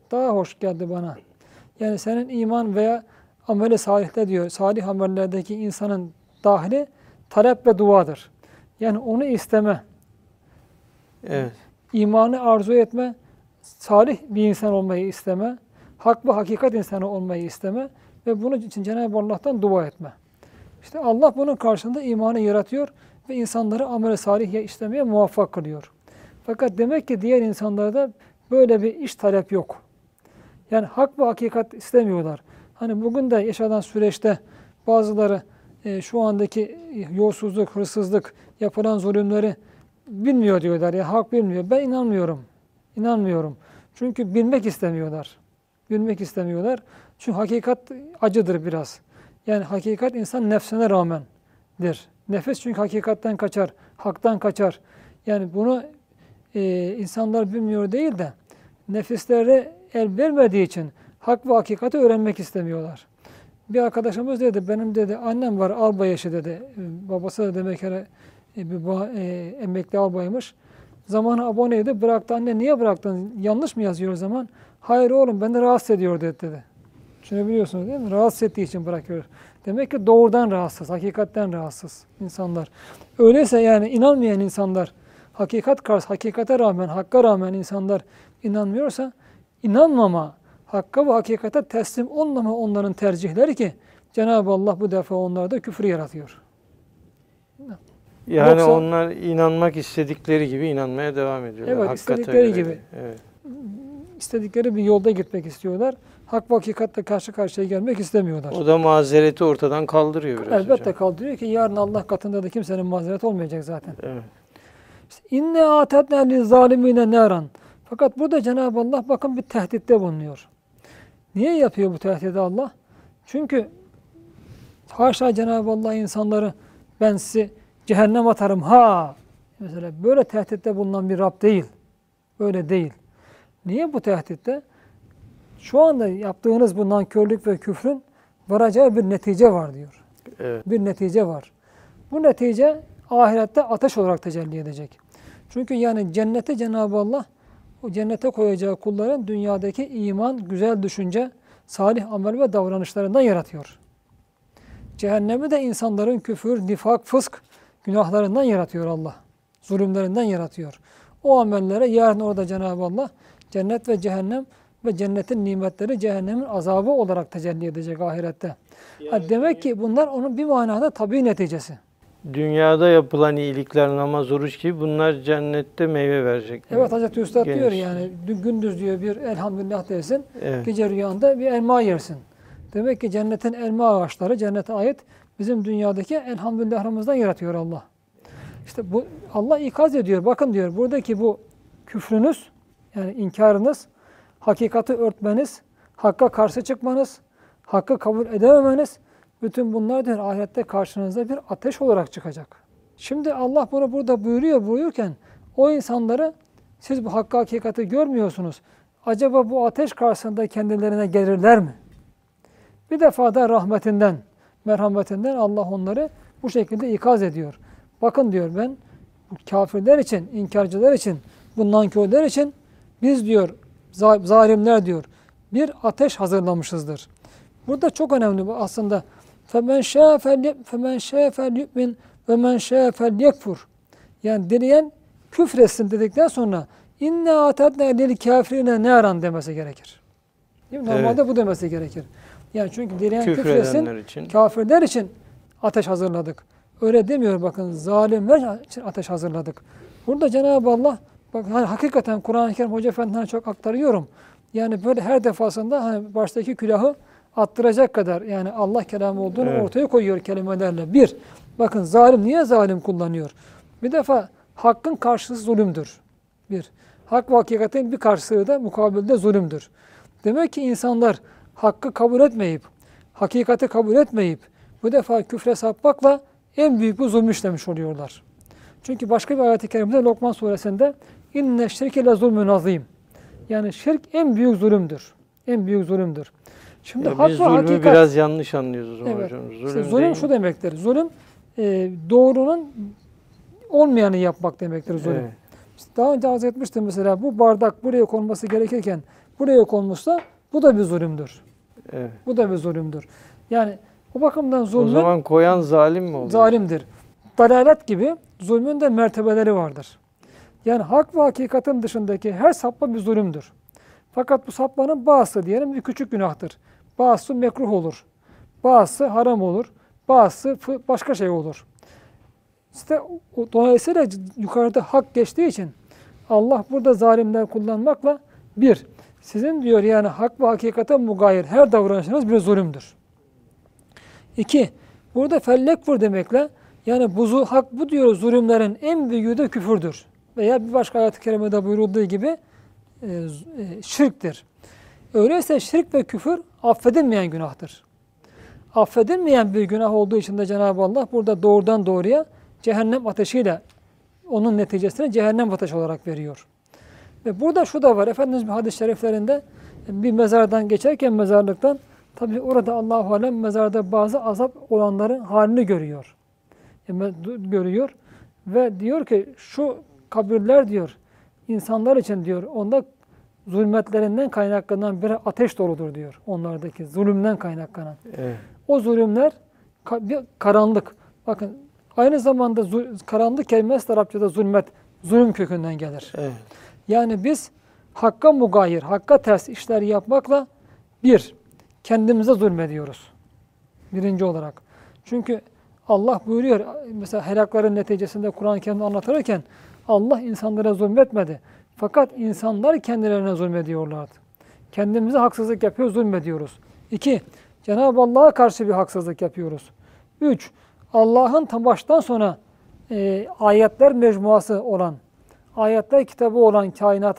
daha hoş geldi bana. Yani senin iman veya ameli salihte diyor. Salih amellerdeki insanın dahili talep ve duadır. Yani onu isteme. Evet. İmanı arzu etme. Salih bir insan olmayı isteme. Hak ve hakikat insanı olmayı isteme. Ve bunun için Cenab-ı Allah'tan dua etme. İşte Allah bunun karşılığında imanı yaratıyor ve insanları amel-i salih işlemeye muvaffak kılıyor. Fakat demek ki diğer insanlarda böyle bir iş talep yok. Yani hak ve hakikat istemiyorlar. Hani bugün de yaşanan süreçte bazıları şu andaki yolsuzluk, hırsızlık, yapılan zulümleri bilmiyor diyorlar. Ya halk bilmiyor. Ben inanmıyorum. İnanmıyorum. Çünkü bilmek istemiyorlar. Bilmek istemiyorlar. Çünkü hakikat acıdır biraz. Yani hakikat insan nefsine rağmendir. Nefis çünkü hakikatten kaçar, haktan kaçar. Yani bunu insanlar bilmiyor değil de nefisleri el vermediği için hak ve hakikati öğrenmek istemiyorlar. Bir arkadaşımız dedi, benim dedi annem var albay eşi dedi. Babası da demek ki emekli albaymış. Zamanı aboneydi, bıraktı. Anne niye bıraktın? Yanlış mı yazıyor o zaman? Hayır oğlum beni rahatsız ediyor dedi. Şunu biliyorsunuz değil mi? Rahatsız ettiği için bırakıyor. Demek ki doğrudan rahatsız, hakikatten rahatsız insanlar. Öyleyse yani inanmayan insanlar, hakikate rağmen, hakka rağmen insanlar inanmıyorsa, inanmama, hakka ve hakikate teslim olmama onların tercihleri ki Cenab-ı Allah bu defa onlarda küfür yaratıyor. Yani Yoksa, onlar inanmak istedikleri gibi inanmaya devam ediyorlar. evet, Hakikate istedikleri göre. gibi. Evet. İstedikleri bir yolda gitmek istiyorlar. Hak ve hakikatle karşı karşıya gelmek istemiyorlar. O da mazereti ortadan kaldırıyor biraz Elbette hocam. kaldırıyor ki yarın Allah katında da kimsenin mazeret olmayacak zaten. Evet. İnne atedna lizalimine naran. Fakat burada Cenab-ı Allah bakın bir tehditte bulunuyor. Niye yapıyor bu tehdidi Allah? Çünkü haşa Cenab-ı Allah insanları ben sizi cehennem atarım ha. Mesela böyle tehditte bulunan bir Rab değil. Böyle değil. Niye bu tehditte? Şu anda yaptığınız bu nankörlük ve küfrün varacağı bir netice var diyor. Evet. Bir netice var. Bu netice ahirette ateş olarak tecelli edecek. Çünkü yani cennete Cenab-ı Allah o cennete koyacağı kulların dünyadaki iman, güzel düşünce, salih amel ve davranışlarından yaratıyor. Cehennemi de insanların küfür, nifak, fısk günahlarından yaratıyor Allah. Zulümlerinden yaratıyor. O amellere yarın orada Cenab-ı Allah cennet ve cehennem ve cennetin nimetleri cehennemin azabı olarak tecelli edecek ahirette. Demek ki bunlar onun bir manada tabii neticesi. Dünyada yapılan iyilikler, namaz, oruç gibi bunlar cennette meyve verecek. Evet Hazreti Üstad Geniş. diyor yani gündüz diyor bir elhamdülillah dersin, Evet. gece rüyanda bir elma yersin. Demek ki cennetin elma ağaçları cennete ait bizim dünyadaki elhamdülillahımızdan yaratıyor Allah. İşte bu Allah ikaz ediyor. Bakın diyor buradaki bu küfrünüz yani inkarınız, hakikati örtmeniz, hakka karşı çıkmanız, hakkı kabul edememeniz bütün bunlar diyor ahirette karşınıza bir ateş olarak çıkacak. Şimdi Allah bunu burada buyururken o insanları siz bu hakkı hakikati görmüyorsunuz. Acaba bu ateş karşısında kendilerine gelirler mi? Bir defa da rahmetinden, merhametinden Allah onları bu şekilde ikaz ediyor. Bakın diyor ben bu kafirler için, inkarcılar için, bu nankörler için biz diyor zalimler diyor bir ateş hazırlamışızdır. Burada çok önemli bu aslında. فَمَنْ شَاءَ فَلْيُؤْمِنْ وَمَنْ شَاءَ فَلْيَكْفُرْ. Yani dileyen küfretsin dedikten sonra inne atedna lil kafirine naran demesi gerekir. Değil mi? Normalde bu demesi gerekir. Yani çünkü dileyen küfretsin, için. kafirler için ateş hazırladık. Öyle demiyor bakın zalimler için ateş hazırladık. Burada Cenab-ı Allah bakın hani hakikaten Kur'an-ı Kerim Hoca Efendi'ne çok aktarıyorum. Yani böyle her defasında hani baştaki külahı attıracak kadar yani Allah kelamı olduğunu ortaya koyuyor kelimelerle. Bir, bakın zalim niye zalim kullanıyor? Bir defa hakkın karşısı zulümdür. Bir, hak ve hakikatin bir karşılığı da mukabilde zulümdür. Demek ki insanlar hakkı kabul etmeyip, hakikati kabul etmeyip bu defa küfre sapmakla en büyük bir zulmü işlemiş oluyorlar. Çünkü başka bir ayet-i kerimede Lokman suresinde inne şirke le zulmün azim. Yani şirk en büyük zulümdür. En büyük zulümdür. Şimdi biz zulmü biraz yanlış anlıyoruz evet, hocam. Zulüm şu demektir. Zulüm doğrunun olmayanı yapmak demektir zulüm. Evet. İşte daha önce arz etmiştim mesela bu bardak buraya konması gerekirken buraya konmuşsa bu da bir zulümdür. Evet. Bu da bir zulümdür. Yani o bakımdan O zulmün zaman koyan zalim mi oluyor? zalimdir. Dalalet gibi zulmün de mertebeleri vardır. Yani hak ve hakikatin dışındaki her sapma bir zulümdür. Fakat bu sapmanın bazısı diyelim bir küçük günahtır. Bazısı mekruh olur. Bazısı haram olur. Bazısı başka şey olur. İşte dolayısıyla yukarıda hak geçtiği için Allah burada zalimler kullanmakla bir, sizin diyor yani hak ve hakikate mugayir her davranışınız bir zulümdür. İki, burada fellekfur demekle yani bu diyor zulümlerin en büyüğü de küfürdür. Veya bir başka ayet-i kerimede buyurulduğu gibi şirktir. Öyleyse şirk ve küfür affedilmeyen günahtır. Affedilmeyen bir günah olduğu için de Cenab-ı Allah burada doğrudan doğruya cehennem ateşiyle onun neticesini cehennem ateşi olarak veriyor. Ve burada şu da var. Efendimiz bir hadis-i şeriflerinde bir mezardan geçerken mezarlıktan tabi orada Allah-u Alem mezarda bazı azap olanların halini görüyor. Görüyor ve diyor ki şu kabirler diyor insanlar için diyor onda zulmetlerinden kaynaklanan bir ateş doludur diyor. Onlardaki zulümden kaynaklanan. Evet. O zulümler bir karanlık. Bakın aynı zamanda karanlık kelimesi Arapçada zulmet, zulüm kökünden gelir. Evet. Yani biz hakka mugayir, hakka ters işler yapmakla bir, kendimize zulmediyoruz. Birinci olarak. Çünkü Allah buyuruyor, mesela helakların neticesinde Kur'an-ı Kerim'de anlatırken Allah insanlara zulmetmedi. Fakat insanlar kendilerine zulmediyorlardı. Kendimize haksızlık yapıyor, zulmediyoruz. 2. Cenab-ı Allah'a karşı bir haksızlık yapıyoruz. 3. Allah'ın baştan sona ayetler mecmuası olan, ayetler kitabı olan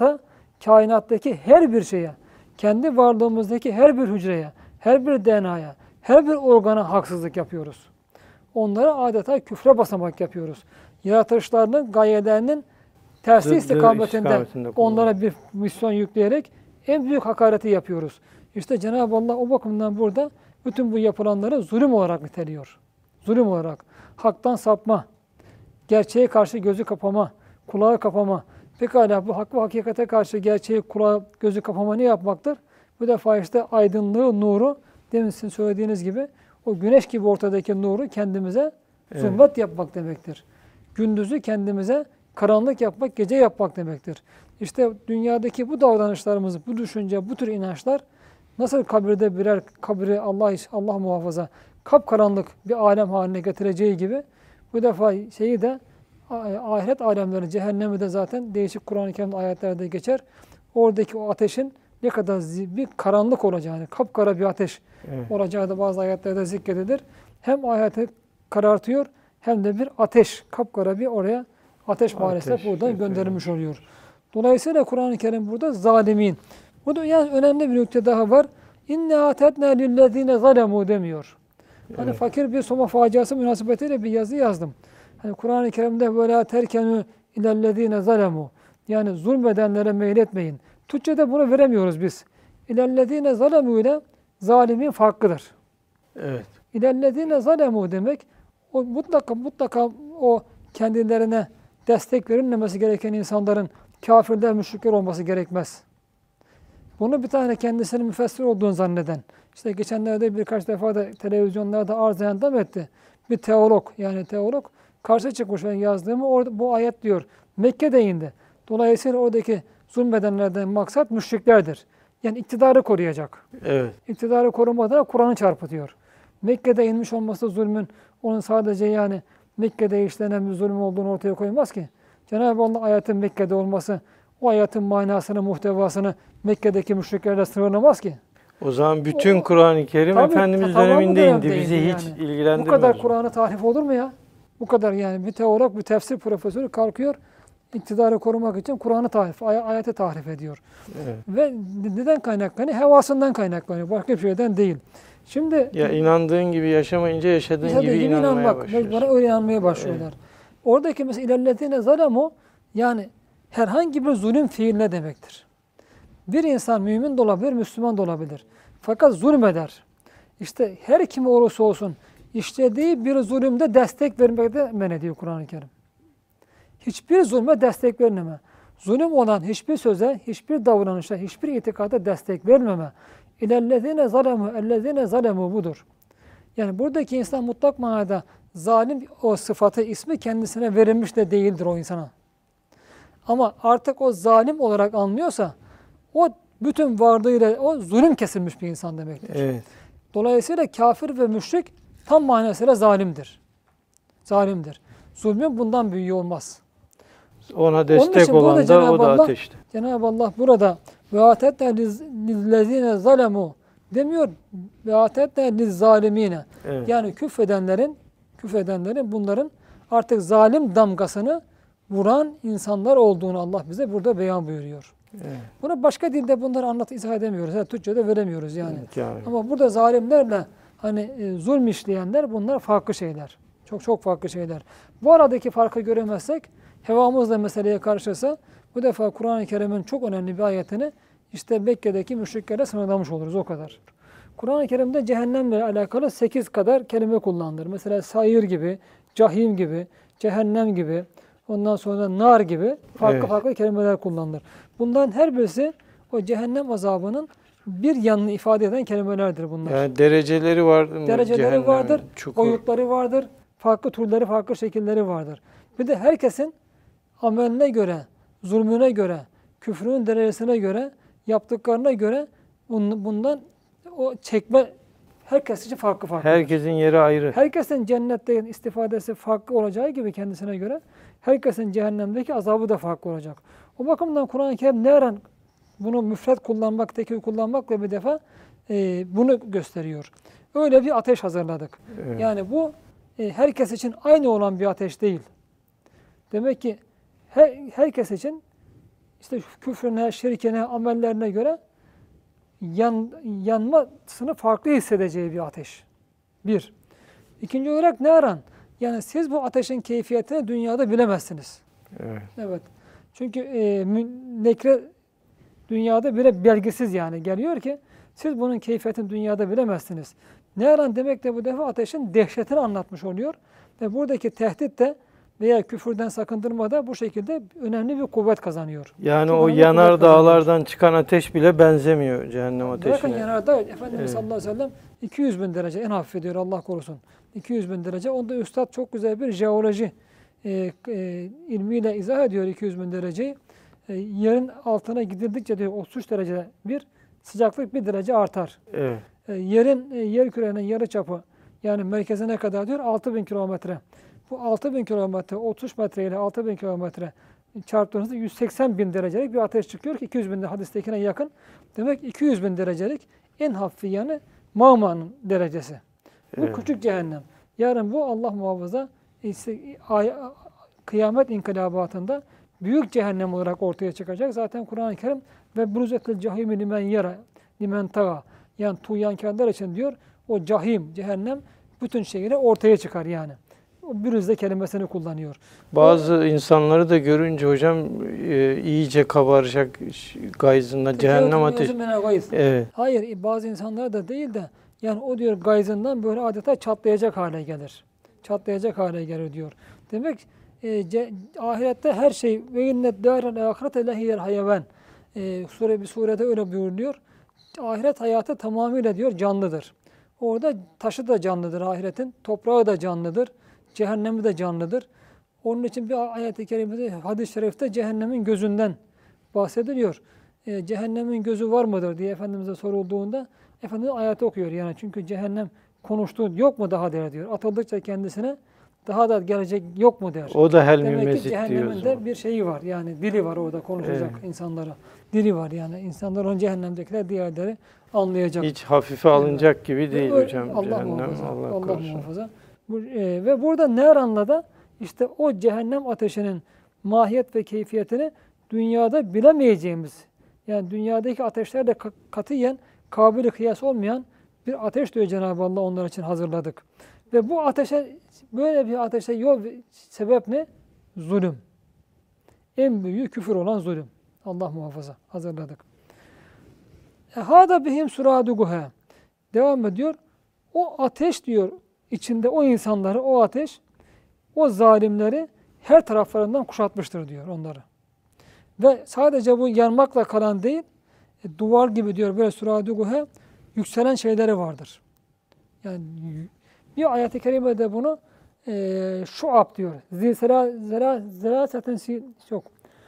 kainattaki her bir şeye, kendi varlığımızdaki her bir hücreye, her bir DNA'ya, her bir organa haksızlık yapıyoruz. Onlara adeta küfre basamak yapıyoruz. Yaratılışlarının, gayelerinin tersi istikametinde onlara bir misyon yükleyerek en büyük hakareti yapıyoruz. İşte Cenab-ı Allah o bakımdan burada bütün bu yapılanları zulüm olarak niteliyor. Zulüm olarak. Haktan sapma, gerçeğe karşı gözü kapama, kulağı kapama. Pekala bu hak ve hakikate karşı gerçeği, kulağı, gözü kapama ne yapmaktır? Bu defa işte aydınlığı, nuru, demin sizin söylediğiniz gibi o güneş gibi ortadaki nuru kendimize zulmet yapmak demektir. Gündüzü kendimize karanlık yapmak, gece yapmak demektir. İşte dünyadaki bu davranışlarımız, bu düşünce, bu tür inançlar nasıl kabirde birer kabri Allah muhafaza kapkaranlık bir alem haline getireceği gibi bu defa şeyi de ahiret alemleri, cehennemi de zaten değişik Kur'an-ı Kerim ayetlerde geçer. Oradaki o ateşin ne kadar bir karanlık olacağını, kapkara bir ateş olacağı da bazı ayetlerde zikredilir. Hem ayeti karartıyor hem de bir ateş, kapkara bir oraya ateş maalesef buradan gönderilmiş oluyor. Dolayısıyla Kur'an-ı Kerim burada zalimin. Burada yani önemli bir nokta daha var. İnne atetna lillezine zalemu demiyor. Hani fakir bir Soma faciası münasebetiyle bir yazı yazdım. Hani Kur'an-ı Kerim'de böyle terkenü ilellezine zalemu. Yani zulmedenlere meyletmeyin. Türkçe'de bunu veremiyoruz biz. İlellezine zalemu ile zalimin farklıdır. Evet. İlellezine zalemu demek o mutlaka o kendilerine destek verilmemesi gereken insanların kafirler, müşrikler olması gerekmez. Bunu bir tane kendisinin müfessir olduğunu zanneden, işte geçenlerde birkaç defa da televizyonlarda arz eden etti. Bir teolog karşı çıkmış ve yazdığımı orada bu ayet diyor. Mekke'de indi. Dolayısıyla oradaki zulmedenlerden maksat müşriklerdir. Yani iktidarı koruyacak. Evet. İktidarı korumadan Kur'an'ı çarpıtıyor. Mekke'de inmiş olması zulmün onun sadece yani Mekke'de işlenen bir zulüm olduğunu ortaya koymaz ki. Cenab-ı Allah ayetin Mekke'de olması o ayetin manasını, muhtevasını Mekke'deki müşriklerle sınırlamaz ki. O zaman bütün Kur'an-ı Kerim Efendimiz döneminde indi. Bizi hiç ilgilendirmez. Bu kadar Kur'an'ı tahrif olur mu ya? Bu kadar yani bir teolog, bir tefsir profesörü kalkıyor, iktidarı korumak için Kur'an'ı tahrif, ayeti tahrif ediyor. Evet. Ve neden kaynaklanıyor? Hevasından kaynaklanıyor. Başka bir şeyden değil. Şimdi ya inandığın gibi yaşamayınca yaşadığın gibi inanmaya başlıyorsun. Bana öyle inanmaya başlıyorlar. Evet. Oradaki mesela ilellezine zalemu yani herhangi bir zulüm fiiline demektir. Bir insan mümin de olabilir, Müslüman da olabilir. Fakat zulmeder. İşte her kim olursa olsun işlediği bir zulümde destek vermekte men ediyor Kur'an-ı Kerim. Hiçbir zulme destek vermeme. zulüm olan hiçbir söze, hiçbir davranışa, hiçbir itikada destek vermeme. İlellezine zalemu, ellezine zalemu budur. Yani buradaki insan mutlak manada zalim o sıfatı, ismi kendisine verilmiş de değildir o insana. Ama artık o zalim olarak anlıyorsa o bütün varlığıyla o zulüm kesilmiş bir insan demektir. Evet. Dolayısıyla kafir ve müşrik tam manasıyla zalimdir. Zalimdir. Zulmün bundan büyüğü olmaz. Ona destek olan da o da ateşte. Cenab-ı Allah burada ve atetne lillezine zalemu demiyor. Ve atetne lizzalimine. Evet. Yani küfredenlerin bunların artık zalim damgasını vuran insanlar olduğunu Allah bize burada beyan buyuruyor. Evet. Bunu başka dilde bunları izah edemiyoruz. Yani Türkçe'de veremiyoruz yani. Yani. Ama burada zalimlerle zulm işleyenler bunlar farklı şeyler. Çok çok farklı şeyler. Bu aradaki farkı göremezsek hevamızla meseleye karşısa bu defa Kur'an-ı Kerim'in çok önemli bir ayetini işte Mekke'deki müşriklere sınırlamış oluruz o kadar. Kur'an-ı Kerim'de cehennemle alakalı 8 kadar kelime kullanılır. Mesela sayır gibi, cahim gibi, cehennem gibi, ondan sonra nar gibi farklı kelimeler kullanılır. Bundan her birisi o cehennem azabının bir yanını ifade eden kelimelerdir bunlar. Yani dereceleri vardır. Dereceleri vardır, çukur. boyutları vardır, farklı türleri, farklı şekilleri vardır. Bir de herkesin ameline göre, zulmüne göre, küfrünün derecesine göre, yaptıklarına göre bundan o çekme herkes için farklı. Herkesin yeri ayrı. Herkesin cennette istifadesi farklı olacağı gibi kendisine göre herkesin cehennemdeki azabı da farklı olacak. O bakımdan Kur'an-ı Kerim ne aran bunu müfret kullanmak, tekil kullanmakla bir defa bunu gösteriyor. Öyle bir ateş hazırladık. Evet. Yani bu herkes için aynı olan bir ateş değil. Demek ki herkes için işte küfrüne, şirkine, amellerine göre yanmasını farklı hissedeceği bir ateş. Bir. İkinci olarak ne aran? Yani siz bu ateşin keyfiyetini dünyada bilemezsiniz. Evet. Evet. Çünkü nekre dünyada bile belgisiz yani geliyor ki siz bunun keyfiyetini dünyada bilemezsiniz. Ne aran demek de bu defa ateşin dehşetini anlatmış oluyor. Ve buradaki tehdit de veya küfürden sakındırma da bu şekilde önemli bir kuvvet kazanıyor. Yani Çok o yanar dağlardan çıkan ateş bile benzemiyor cehennem ateşine. Bırakın yanardağ, Efendimiz sallallahu aleyhi ve sellem 200 bin derece en hafif ediyor Allah korusun. 200 bin derece. Onda üstad çok güzel bir jeoloji ilmiyle izah ediyor 200 bin dereceyi. Yerin altına gidildikçe diyor 33 derece bir sıcaklık 1 derece artar. Evet. Yer kürenin yarıçapı yani merkezine kadar diyor 6000 kilometre. Bu 6000 kilometre 33 metre ile 6000 kilometre çarptığınızda 180 bin derecelik bir ateş çıkıyor ki 200 bin de hadistekine yakın. Demek 200 bin derecelik en hafifi yani mağmanın derecesi. Bu küçük cehennem. Yarın bu Allah muhafaza kıyamet inkılabatında büyük cehennem olarak ortaya çıkacak. Zaten Kur'an-ı Kerim ve bruzetel cahimi limen yara limen taga yani tuğyankarlar için diyor o cahim, cehennem bütün şeyleri ortaya çıkar yani. O bürüzde kelimesini kullanıyor. Bazı insanları da görünce hocam iyice kabaracak gayzında cehennem ateşi. Evet. Hayır bazı insanlar da değil de yani o diyor gayzından böyle adeta çatlayacak hale gelir. Çatlayacak hale gelir diyor. Demek ahirette her şey ve innet dârel âhirete lehiyel hayvan. Bir surede öyle buyuruluyor. Ahiret hayatı tamamıyla diyor canlıdır. Orada taşı da canlıdır ahiretin, toprağı da canlıdır, cehennemi de canlıdır. Onun için bir ayet-i kerimede, hadis-i şerifte cehennemin gözünden bahsediliyor. Cehennemin gözü var mıdır diye Efendimiz'e sorulduğunda Efendimiz ayeti okuyor yani çünkü cehennem konuştuğu yok mu daha der diyor. Atıldıkça kendisine daha da gelecek yok mu der. O da helmi demek mesit ki diyor. cehennemin de bir şeyi var yani dili var orada konuşacak insanlara. Dili var yani insanlar onun cehennemdekiler diğerleri anlayacak. Hiç hafife alınacak gibi değil Öyle, hocam Allah cehennem. muhafaza. Allah korusun. muhafaza. Ve burada Neran'la da işte o cehennem ateşinin mahiyet ve keyfiyetini dünyada bilemeyeceğimiz yani dünyadaki ateşlerle katiyen kabili kıyas olmayan bir ateş diyor Cenab-ı Allah onlar için hazırladık. Ve bu ateşe böyle bir ateşe yol sebep ne? Zulüm. En büyüğü küfür olan zulüm. Allah muhafaza hazırladık. Hâdâ bihim surâduguhâ. Devam ediyor. O ateş diyor içinde o insanları o ateş o zalimleri her taraflarından kuşatmıştır diyor onları. Ve sadece bu yanmakla kalan değil, duvar gibi diyor böyle suraduguha yükselen şeyleri vardır. Yani bir ayet-i kerimede bunu şuab diyor. Zerasetin yok.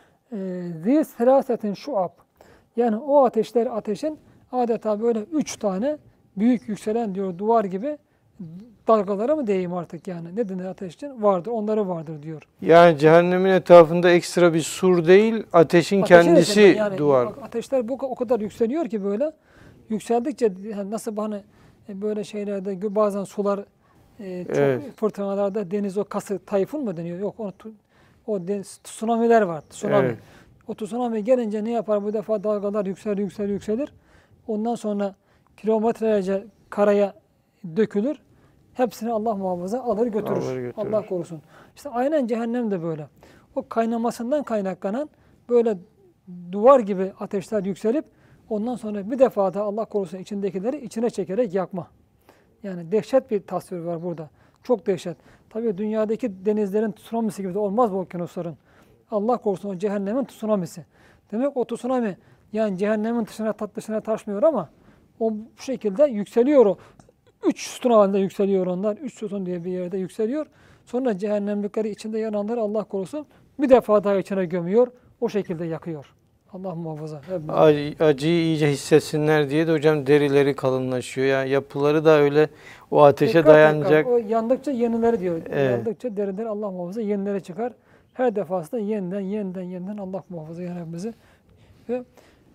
Zerasetin şuab. Yani o ateşin adeta böyle 3 tane büyük yükselen diyor duvar gibi dalgalara mı diyeyim artık yani. Ne denir ateşin? Vardır. Onları vardır diyor. Yani cehennemin etrafında ekstra bir sur değil, ateşin kendisi yani duvar. Ateşler o kadar yükseliyor ki böyle. Yükseldikçe yani nasıl hani böyle şeylerde bazen sular çok fırtınalarda deniz o kası tayfun mu deniyor? Yok o tsunami'ler var. Tsunami. Evet. O tsunami gelince ne yapar? Bu defa dalgalar yükselir. Ondan sonra kilometrelerce karaya dökülür. Hepsini Allah muhafaza alır götürür. Allah korusun. İşte aynen cehennem de böyle. O kaynamasından kaynaklanan böyle duvar gibi ateşler yükselip ondan sonra bir defa da Allah korusun içindekileri içine çekerek yakma. Yani dehşet bir tasvir var burada. Çok dehşet. Tabii dünyadaki denizlerin tsunamisi gibi de olmaz bu okyanusların. Allah korusun o cehennemin tsunamisi. Demek o tsunami yani cehennemin dışına taşmıyor ama o bu şekilde yükseliyor o. 3 sütun halinde yükseliyor onlar. 3 sütun diye bir yerde yükseliyor. Sonra cehennemlikleri içinde yananları Allah korusun bir defa daha içine gömüyor. O şekilde yakıyor. Allah muhafaza. Acıyı iyice hissetsinler diye de hocam derileri kalınlaşıyor. Yani yapıları da öyle o ateşe dayanacak. O yandıkça yenileri diyor. Evet. Yandıkça derileri Allah muhafaza yenilere çıkar. Her defasında yeniden Allah muhafaza yani bizi. Ve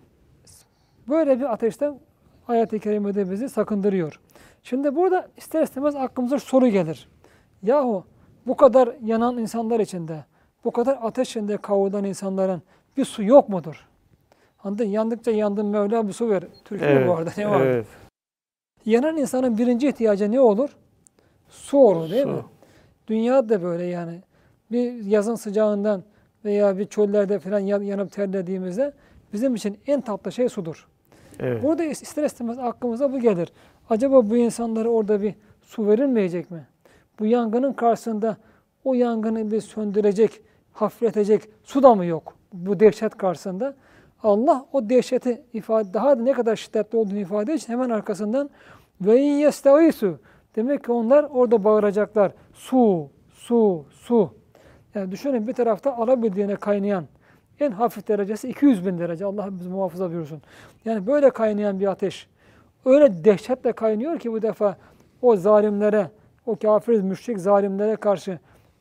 böyle bir ateşten ayet-i kerimede bizi sakındırıyor. Şimdi burada ister istemez aklımıza soru gelir. Yahu bu kadar yanan insanlar içinde, bu kadar ateş içinde kavrulan insanların bir su yok mudur? Hani yandıkça yandım Mevla bir su ver. Türkiye bu arada ne var? Evet. Yanan insanın birinci ihtiyacı ne olur? Su olur değil mi? Dünya da böyle yani. Bir yazın sıcağından veya bir çöllerde falan yanıp terlediğimizde bizim için en tatlı şey sudur. Evet. Burada ister istemez aklımıza bu gelir. Acaba bu insanlara orada bir su verilmeyecek mi? Bu yangının karşısında o yangını bir söndürecek, hafifletecek su da mı yok? Bu dehşet karşısında. Allah o dehşeti daha ne kadar şiddetli olduğunu ifade için hemen arkasından ve in yestaisu. Demek ki onlar orada bağıracaklar. Su, su, su. Yani düşünün bir tarafta alabildiğine kaynayan en hafif derecesi 200.000 derece. Allah bizi muhafaza buyursun. Yani böyle kaynayan bir ateş. Öyle dehşetle kaynıyor ki bu defa o zalimlere, o kafir, müşrik zalimlere karşı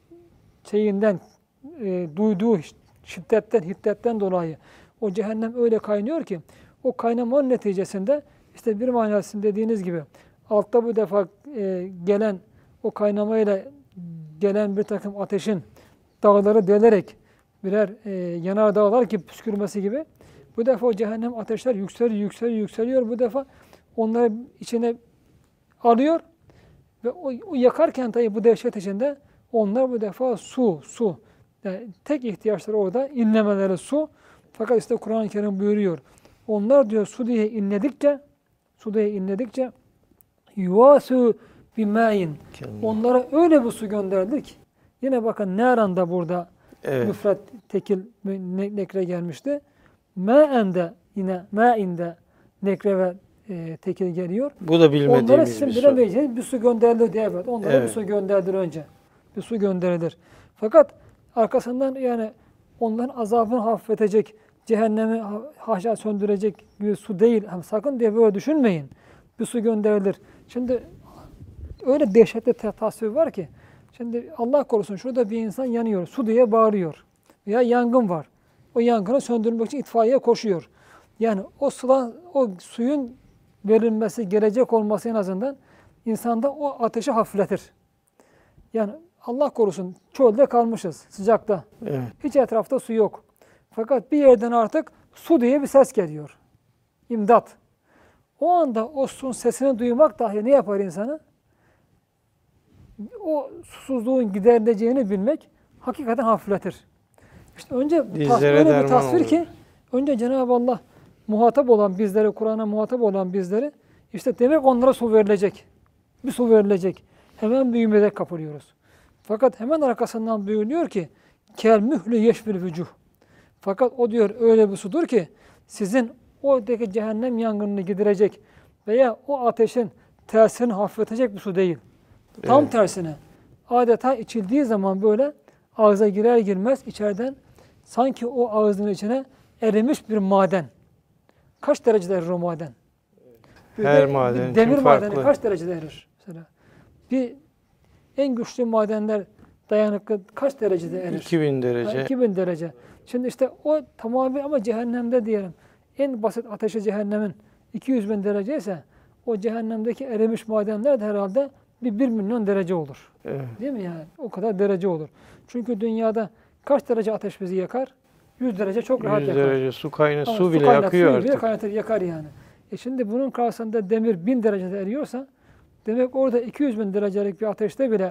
duyduğu hiddetten dolayı o cehennem öyle kaynıyor ki o kaynamanın neticesinde işte bir manasında dediğiniz gibi altta bu defa gelen o kaynamayla gelen bir takım ateşin dağları delerek birer yanar dağlar ki püskürmesi gibi bu defa o cehennem ateşler yükseliyor. Bu defa onları içine alıyor ve o yakarken tabii bu dehşet içinde onlar bu defa su. Yani tek ihtiyaçları orada inlemeleri su. Fakat işte Kur'an-ı Kerim buyuruyor. Onlar diyor su diye inledikçe yuvasu bimâin. Onlara öyle bir su gönderdik. Yine bakın ne aranda burada müfret tekil nekre gelmişti. Mâ'ende yine mâ'inde nekre ve tekil geliyor. Bu da bilmediğimiz onlara sizin bilemeyeceğiniz bir su gönderilir diye onlara bir su gönderilir önce. Bir su gönderilir. Fakat arkasından yani onların azabını hafifletecek, cehennemi haşa söndürecek bir su değil. Sakın diye böyle düşünmeyin. Bir su gönderilir. Şimdi öyle dehşetli tasvir var ki şimdi Allah korusun şurada bir insan yanıyor. Su diye bağırıyor. Veya yangın var. O yangını söndürmek için itfaiye koşuyor. Yani o suyun verilmesi, gelecek olması en azından insanda o ateşi hafifletir. Yani Allah korusun çölde kalmışız sıcakta. Evet. Hiç etrafta su yok. Fakat bir yerden artık su diye bir ses geliyor. İmdat. O anda o suyun sesini duymak dahi ne yapar insanı? O susuzluğun giderileceğini bilmek hakikaten hafifletir. İşte önce öyle bir tasvir ki önce Cenab-ı Allah muhatap olan bizleri, Kur'an'a muhatap olan bizleri işte demek onlara su verilecek. Bir su verilecek. Hemen bir ümide kapılıyoruz. Fakat hemen arkasından buyuruyor ki kel mühlü yeşfil vücuh. Fakat o diyor öyle bir sudur ki sizin oradaki cehennem yangınını giderecek veya o ateşin tesirini hafifletecek bir su değil. Tam Evet. tersine. Adeta içildiği zaman böyle ağza girer girmez içeriden sanki o ağzının içine erimiş bir maden. Kaç derecede erir o maden? Her maden için demir madeni farklı. kaç derecede erir? Mesela bir en güçlü madenler dayanıklı kaç derecede erir? 2000 derece. 2000 derece. Şimdi işte o tamamen ama cehennemde diyelim. En basit ateşi cehennemin 200 bin derece ise o cehennemdeki erimiş madenler de herhalde bir 1 milyon derece olur. Evet. Değil mi yani? O kadar derece olur. Çünkü dünyada kaç derece ateş bizi yakar? 100 derece çok rahat 100 yakar. derece su kaynağı, Ama su bile kaynat, yakıyor suyu bile artık. kaynatır, yakar yani. Şimdi bunun karşısında demir 1000 derecede eriyorsa demek orada 200 bin derecelik bir ateşte bile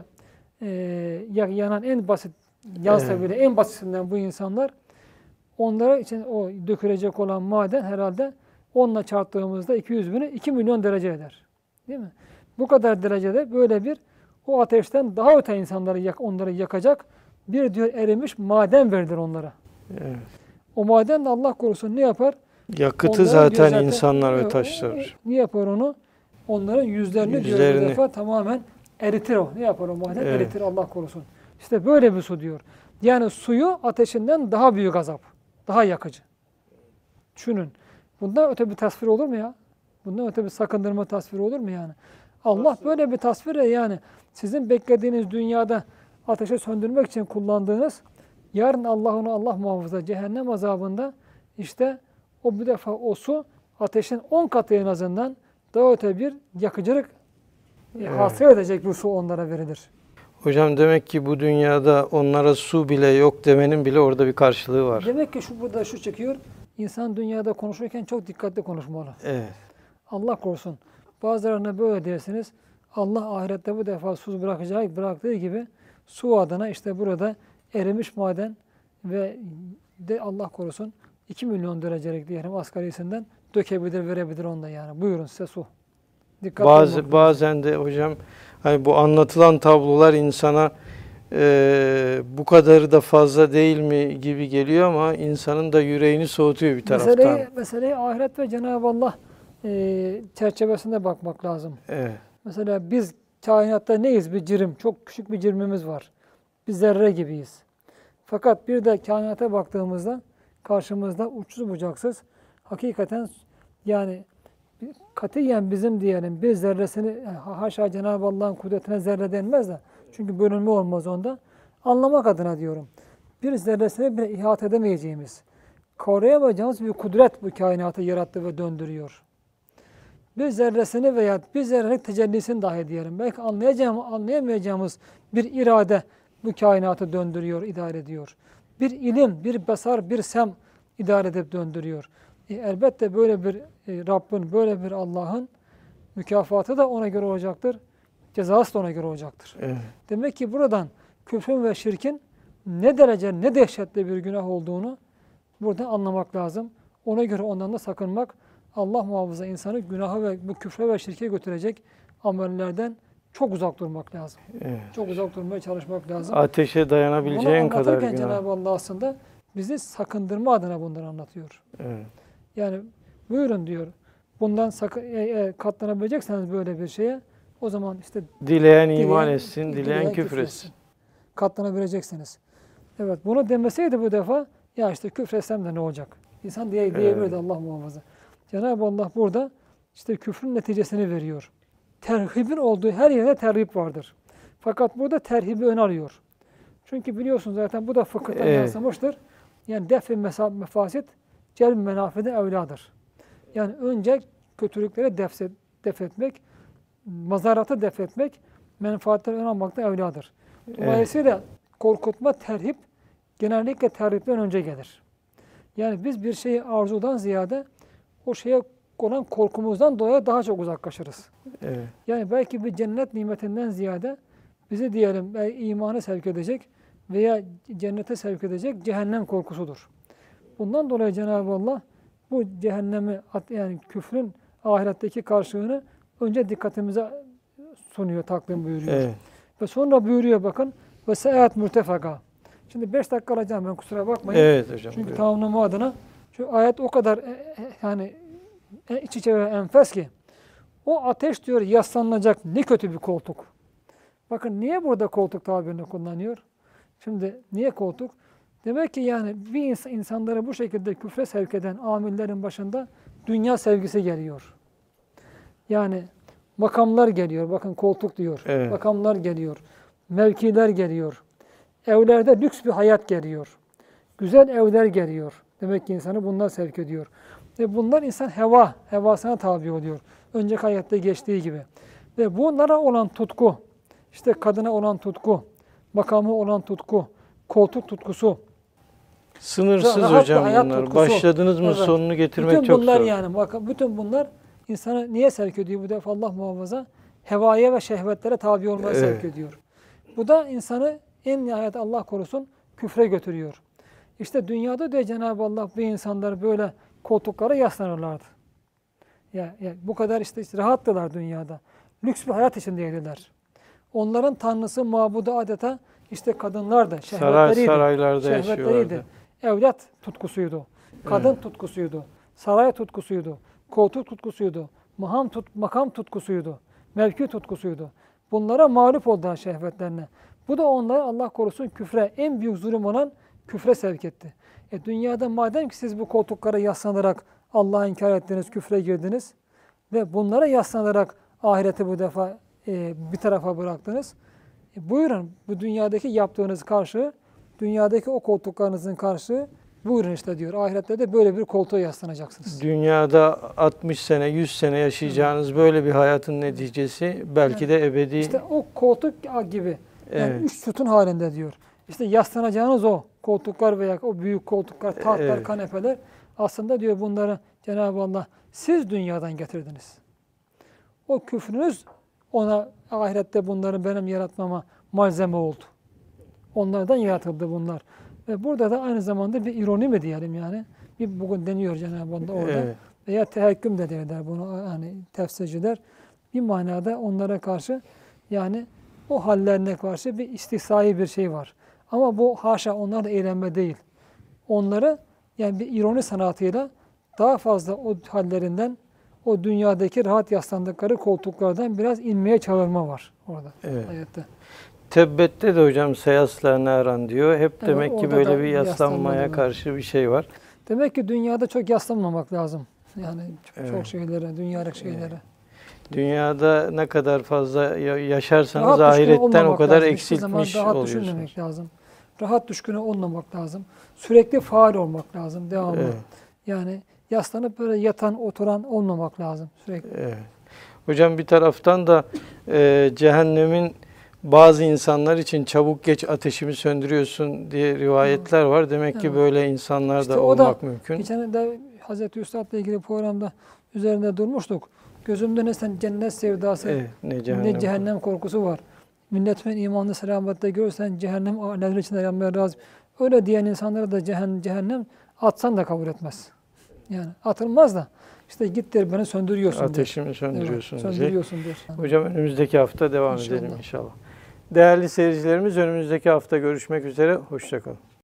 yanan en basit yansa Evet. bile en basitinden bu insanlar onlara için o dökülecek olan maden herhalde onunla çarptığımızda 200 bini 2 milyon derece eder. Değil mi? Bu kadar derecede böyle bir o ateşten daha öte insanları onları yakacak bir diyor erimiş maden verilir onlara. Evet. O maden de Allah korusun ne yapar? Yakıtı Onların zaten diyor insanlar ve evet, taşlar. Ne yapar onu? Onların yüzlerini diyor Yüzlerini. bir defa tamamen eritir o. Ne yapar o maden? Evet. Eritir Allah korusun. İşte böyle bir su diyor. Yani suyu ateşinden daha büyük azap. Daha yakıcı. Düşünün. Bundan öte bir tasvir olur mu ya? Bundan öte bir sakındırma tasviri olur mu yani? Allah böyle bir tasvirle yani sizin beklediğiniz dünyada ateşi söndürmek için kullandığınız yarın Allah muhafaza cehennem azabında işte o bir defa o su ateşin 10 katı en azından daha öte bir yakıcılık hasıl edecek bir su onlara verilir. Hocam demek ki bu dünyada onlara su bile yok demenin bile orada bir karşılığı var. Demek ki burada şu çıkıyor. İnsan dünyada konuşurken çok dikkatli konuşmalı. Evet. Allah korusun. Bazılarına böyle dersiniz. Allah ahirette bu defa su bıraktığı gibi su adına işte burada erimiş maden ve de Allah korusun 2 milyon derecelik diyelim asgarisinden dökebilir, verebilir onda yani. Buyurun size su. Dikkatli olmak. Bazen de hocam hani bu anlatılan tablolar insana bu kadarı da fazla değil mi gibi geliyor ama insanın da yüreğini soğutuyor bir taraftan. Meseleyi ahiret ve Cenab-ı Allah çerçevesinde bakmak lazım. Evet. Mesela biz kainatta neyiz? Bir cirim, çok küçük bir cirimimiz var. Bir zerre gibiyiz. Fakat bir de kainata baktığımızda karşımızda uçsuz bucaksız hakikaten yani katiyen bizim diyelim bir zerresini haşa Cenab-ı Allah'ın kudretine zerre denmez de çünkü bölünme olmaz onda. Anlamak adına diyorum. Bir zerresini bile ihate edemeyeceğimiz, kavrayamayacağımız bir kudret bu kainatı yarattı ve döndürüyor. Bir zerresini veya bir zerrelik tecellisini dahi diyelim. Belki anlayamayacağımız bir irade bu kainatı döndürüyor, idare ediyor. Bir ilim, bir basar, bir sem idare edip döndürüyor. Elbette böyle bir Rabbin, böyle bir Allah'ın mükafatı da ona göre olacaktır. Cezası da ona göre olacaktır. Evet. Demek ki buradan küfrün ve şirkin ne derece, ne dehşetli bir günah olduğunu burada anlamak lazım. Ona göre ondan da sakınmak, Allah muhafaza insanı günaha ve bu küfre ve şirke götürecek amellerden çok uzak durmak lazım. Evet. Çok uzak durmaya çalışmak lazım. Ateşe dayanabileceğin Bunu kadar anlatırken günah. Cenab-ı Allah aslında bizi sakındırma adına bunları anlatıyor. Evet. Yani buyurun diyor. Bundan katlanabilecekseniz böyle bir şeye o zaman işte Dileyen iman etsin, dileyen küfür küfretsin. etsin. Katlanabileceksiniz. Evet bunu demeseydi bu defa ya işte küfretsem de ne olacak? İnsan diyebilirdi Allah muhafaza. Cenab-ı Allah burada işte küfrün neticesini veriyor. Terhibin olduğu her yerde terhip vardır. Fakat burada terhibi ön alıyor. Çünkü biliyorsunuz zaten bu da fıkıhtan yansımıştır. Yani def-i mefasit celb-i menafide evladır. Yani önce kötülükleri def etmek, mazaratı def etmek, menfaatleri ön almakta evladır. Dolayısıyla korkutma, terhip genellikle terhipten önce gelir. Yani biz bir şeyi arzudan ziyade o şeye olan korkumuzdan dolayı daha çok uzaklaşırız. Evet. Yani belki bir cennet nimetinden ziyade bizi diyelim imanı sevk edecek veya cennete sevk edecek cehennem korkusudur. Bundan dolayı Cenab-ı Allah bu cehennemi yani küfrün ahiretteki karşılığını önce dikkatimize sunuyor, takdim buyuruyor. Evet. Ve sonra buyuruyor bakın ve seyahat mürtefaka. Şimdi 5 dakika alacağım ben, kusura bakmayın. Evet hocam. Çünkü buyurun. tamamlama adına. Şu ayet o kadar yani iç içe ve enfes ki. O ateş diyor yaslanılacak ne kötü bir koltuk. Bakın niye burada koltuk tabirini kullanıyor? Şimdi niye koltuk? Demek ki yani bir insanları bu şekilde küfre sevk eden amillerin başında dünya sevgisi geliyor. Yani makamlar geliyor. Bakın koltuk diyor. Evet. Makamlar geliyor. Mevkiler geliyor. Evlerde lüks bir hayat geliyor. Güzel evler geliyor. Demek ki insanı bunlar sevk ediyor. Ve bunlar insan hevasına tabi oluyor. Önceki hayatta geçtiği gibi. Ve bunlara olan tutku, işte kadına olan tutku, makamı olan tutku, koltuk tutkusu, Sınırsız rahat bir hocam hayat bunlar. tutkusu. Başladınız mı Evet. sonunu getirmek bütün çok bunlar zor. yani bakın bütün bunlar insanı niye sevk ediyor bu defa Allah muhafaza? Hevaya ve şehvetlere tabi olmaya sevk ediyor. Bu da insanı en nihayet Allah korusun küfre götürüyor. İşte dünyada diyor Cenab-ı Allah bu insanlar böyle koltuklara yaslanırlardı. Ya bu kadar işte rahattılar dünyada. Lüks bir hayat içindeydiler. Onların tanrısı, mabudu adeta işte kadınlardı. Saraylarda yaşıyorlardı. Evlat tutkusuydu. Kadın tutkusuydu. Saray tutkusuydu. Koltuk tutkusuydu. Makam tutkusuydu. Mevki tutkusuydu. Bunlara mağlup oldular şehvetlerine. Bu da onları Allah korusun küfre, en büyük zulüm olan küfre sevk etti. Dünyada madem ki siz bu koltuklara yaslanarak Allah'ı inkar ettiniz, küfre girdiniz ve bunlara yaslanarak ahireti bu defa bir tarafa bıraktınız. Buyurun bu dünyadaki yaptığınız karşılığı, dünyadaki o koltuklarınızın karşılığı buyurun işte diyor. Ahirette de böyle bir koltuğa yaslanacaksınız. Dünyada 60 sene, 100 sene yaşayacağınız böyle bir hayatın neticesi belki de ebedi. İşte o koltuk gibi. Yani Evet. 3 sütun halinde diyor. İşte yaslanacağınız o koltuklar veya o büyük koltuklar, tahtlar, Evet. kanepeler aslında diyor bunları Cenab-ı Allah siz dünyadan getirdiniz. O küfrünüz ona ahirette bunları benim yaratmama malzeme oldu. Onlardan yaratıldı bunlar. Ve burada da aynı zamanda bir ironi mi diyelim yani. Bir bugün deniyor Cenab-ı Allah orada. Evet. Veya tehekküm de derler bunu hani tefsirciler. Bir manada onlara karşı yani o hallerine karşı bir istihzai bir şey var. Ama bu haşa onlarla eğlenme değil. Onları yani bir ironi sanatıyla daha fazla o hallerinden, o dünyadaki rahat yaslandıkları koltuklardan biraz inmeye çağırma var orada ayette. Tebbette de hocam seyasla naran diyor. Hep demek ki böyle bir yaslanmaya karşı bir şey var. Demek ki dünyada çok yaslanmamak lazım. Yani çok şeylere, dünyalık şeylere. Dünyada ne kadar fazla yaşarsanız ahiretten o kadar lazım. eksiltmiş rahat oluyorsunuz. düşünmemek lazım. Rahat düşkünü olmamak lazım. Sürekli faal olmak lazım devamlı. Evet. Yani yaslanıp böyle yatan, oturan olmamak lazım sürekli. Evet. Hocam bir taraftan da cehennemin bazı insanlar için çabuk geç ateşimi söndürüyorsun diye rivayetler var. Demek ki böyle insanlar İşte da olmak mümkün. Geçen de Hazreti Üstad'la ilgili programda üzerinde durmuştuk. Gözümde ne sen cennet sevdası, ne cehennem korkusu var. Milletin imanlı selamette görürsen cehennem alevler içinde yanmaya razı. Öyle diyen insanlara da cehennem atsan da kabul etmez. Yani atılmaz da işte git der beni söndürüyorsun Ateşimi söndürüyorsun. Evet, söndürüyorsun der. Hocam önümüzdeki hafta devam edelim inşallah. Değerli seyircilerimiz önümüzdeki hafta görüşmek üzere. Hoşça kalın.